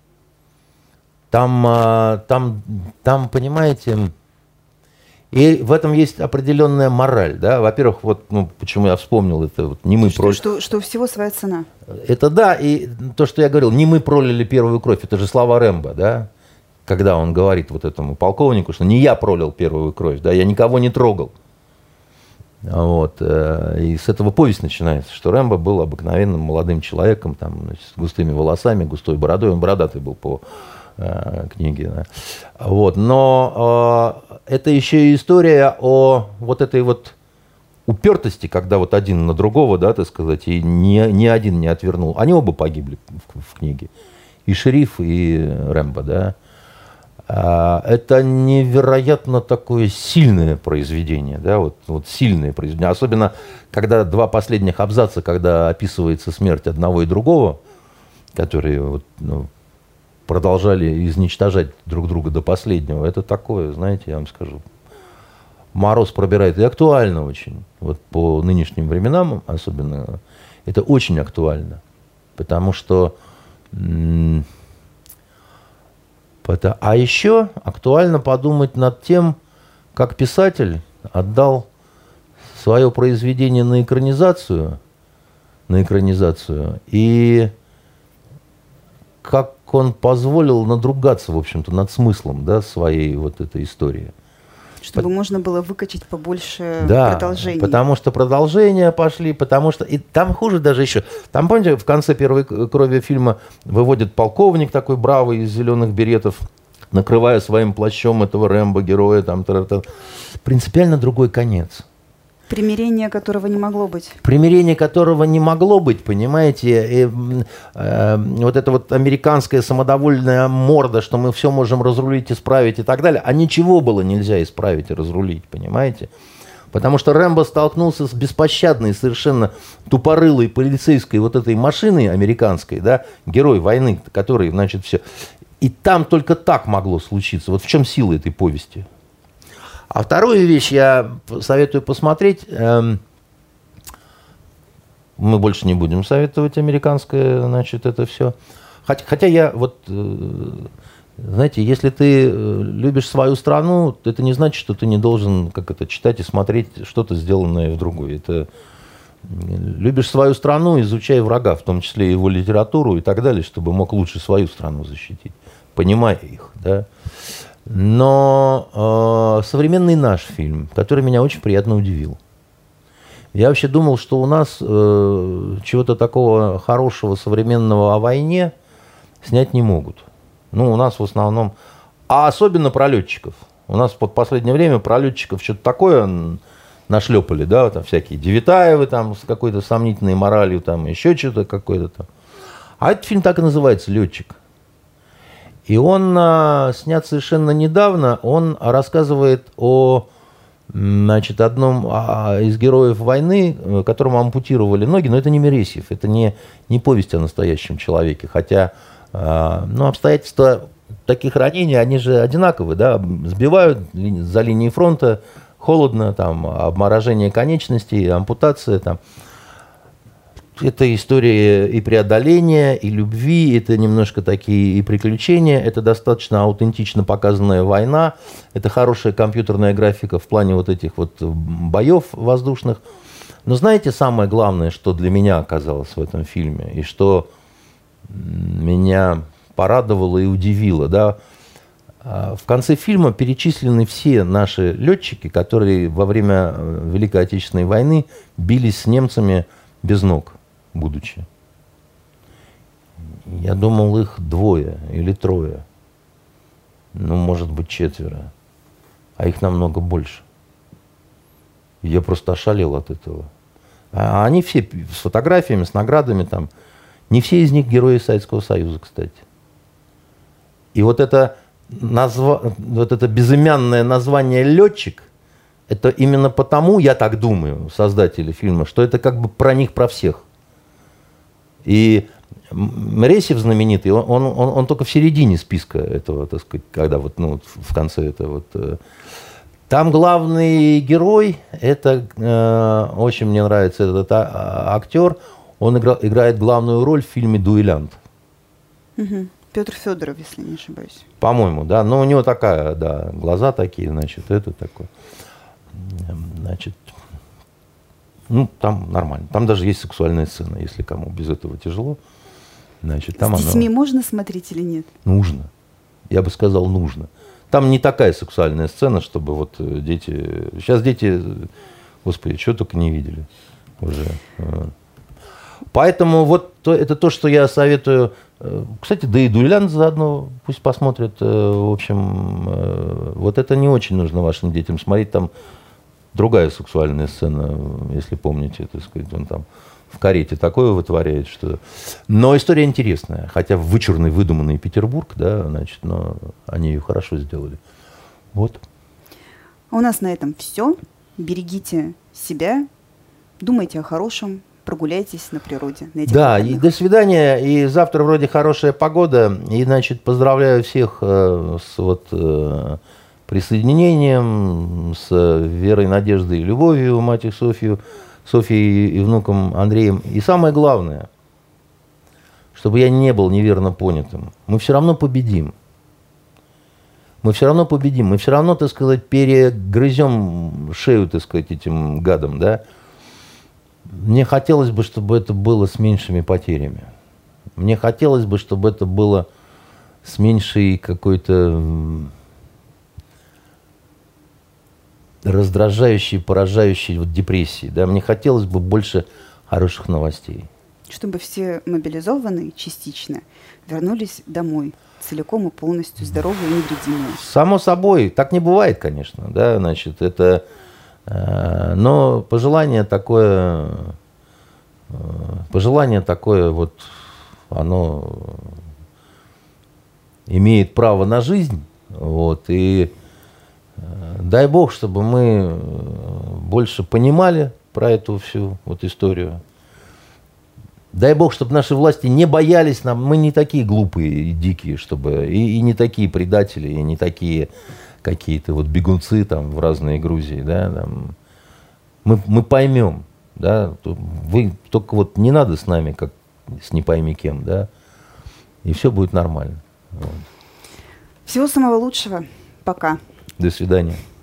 Там, э, там, там, понимаете, и в этом есть определенная мораль, да. Во-первых, вот, ну, почему я вспомнил это, вот, не мы что, пролили. Что, что у всего своя цена. Это да, и то, что я говорил, не мы пролили первую кровь, это же слова Рэмбо, да. Когда он говорит вот этому полковнику, что не я пролил первую кровь, да, я никого не трогал. Вот. И с этого повесть начинается, что Рэмбо был обыкновенным молодым человеком, там, значит, с густыми волосами, густой бородой, он бородатый был по э, книге. Да. Вот. Но э, это еще и история о вот этой вот упертости, когда вот один на другого, да, так сказать, и ни, ни один не отвернул. Они оба погибли в, в книге. И шериф, и Рэмбо, да. Это невероятно такое сильное произведение, да, вот, вот сильное произведение. Особенно, когда два последних абзаца, когда описывается смерть одного и другого, которые вот, ну, продолжали изничтожать друг друга до последнего. Это такое, знаете, я вам скажу, мороз пробирает. И актуально очень. Вот по нынешним временам особенно это очень актуально. Потому что... М- А еще актуально подумать над тем, как писатель отдал свое произведение на экранизацию, на экранизацию, и как он позволил надругаться, в общем-то, над смыслом, да, своей вот этой истории. Чтобы По... можно было выкачать побольше да, продолжений. Потому что продолжения пошли, потому что... И там хуже даже еще. Там, помните, в конце «Первой крови» фильма выводит полковник такой бравый из зеленых беретов, накрывая своим плащом этого Рэмбо, героя. Там, та-та-та. Принципиально другой конец. Примирение которого не могло быть. Примирение которого не могло быть, понимаете. И, э, вот эта вот американская самодовольная морда, что мы все можем разрулить, исправить и так далее. А ничего было нельзя исправить и разрулить, понимаете. Потому что Рэмбо столкнулся с беспощадной, совершенно тупорылой полицейской вот этой машиной американской, да, герой войны, который, значит, все. И там только так могло случиться. Вот в чем сила этой повести. А вторую вещь я советую посмотреть. Мы больше не будем советовать американское, значит, это все. Хотя, хотя я вот, знаете, если ты любишь свою страну, это не значит, что ты не должен как это читать и смотреть что-то сделанное в другой. Это любишь свою страну, изучай врага, в том числе его литературу и так далее, чтобы мог лучше свою страну защитить, понимая их, да. Но э, современный наш фильм, который меня очень приятно удивил. Я вообще думал, что у нас э, чего-то такого хорошего, современного о войне снять не могут. Ну, у нас в основном... А особенно про летчиков. У нас под последнее время про летчиков что-то такое нашлепали, да, там всякие Девятаевы там с какой-то сомнительной моралью, там еще что-то какое-то там. А этот фильм так и называется «Летчик». И он а, снят совершенно недавно. Он рассказывает о, значит, одном а, из героев войны, которому ампутировали ноги. Но это не Мересьев, это не, не повесть о настоящем человеке. Хотя а, ну, обстоятельства таких ранений, они же одинаковые. Да? Сбивают за линией фронта, холодно, там, обморожение конечностей, ампутация. Там. Это история и преодоления, и любви, это немножко такие и приключения, это достаточно аутентично показанная война, это хорошая компьютерная графика в плане вот этих вот боев воздушных. Но знаете, самое главное, что для меня оказалось в этом фильме, и что меня порадовало и удивило, да, в конце фильма перечислены все наши летчики, которые во время Великой Отечественной войны бились с немцами без ног, будучи. Я думал, их двое или трое. Ну, может быть, четверо. А их намного больше. Я просто ошалел от этого. А они все с фотографиями, с наградами там. Не все из них герои Советского Союза, кстати. И вот это, назва... вот это безымянное название «Летчик», это именно потому, я так думаю, создатели фильма, что это как бы про них, про всех. И Мресев знаменитый, он, он, он, он только в середине списка этого, так сказать, когда вот, ну, в конце это вот... Там главный герой, это э, очень мне нравится этот а, актер, он игра, играет главную роль в фильме «Дуэлянт». Угу. Петр Федоров, если не ошибаюсь. По-моему, да. Но у него такая, да, глаза такие, значит, это такое. Значит, ну, там нормально. Там даже есть сексуальная сцена, если кому без этого тяжело. Значит, там С детьми оно... можно смотреть или нет? Нужно. Я бы сказал, нужно. Там не такая сексуальная сцена, чтобы вот дети... Сейчас дети, господи, что только не видели уже. Поэтому вот то, это то, что я советую. Кстати, да и «Дуэлянт» заодно пусть посмотрят. В общем, вот это не очень нужно вашим детям смотреть. Там другая сексуальная сцена, если помните, так сказать, он там в карете такое вытворяет, что... Но история интересная. Хотя вычурный, выдуманный Петербург, да, значит, но они ее хорошо сделали. Вот. А у нас на этом все. Берегите себя, думайте о хорошем, прогуляйтесь на природе. На этих да, выходных. И до свидания. И завтра вроде хорошая погода. И, значит, поздравляю всех э, с вот... Э, присоединением, с верой, надеждой и любовью, мать их Софью, Софьей и внуком Андреем. И самое главное, чтобы я не был неверно понятым, мы все равно победим. Мы все равно победим. Мы все равно, так сказать, перегрызем шею, так сказать, этим гадам, да. Мне хотелось бы, чтобы это было с меньшими потерями. Мне хотелось бы, чтобы это было с меньшей какой-то... раздражающей, поражающей вот депрессии. Да? Мне хотелось бы больше хороших новостей. Чтобы все мобилизованные частично вернулись домой, целиком и полностью здоровые и невредимые. Само собой. Так не бывает, конечно. Да? Значит, это, э, но пожелание такое, э, пожелание такое, вот, оно имеет право на жизнь. Вот, и дай Бог, чтобы мы больше понимали про эту всю вот историю. Дай Бог, чтобы наши власти не боялись нам. Мы не такие глупые и дикие, чтобы и, и не такие предатели, и не такие какие-то вот бегунцы там в разные Грузии, да. Там. Мы, мы поймем, да. Вы только вот не надо с нами, как с не пойми кем, да. И все будет нормально. Вот. Всего самого лучшего. Пока. До свидания.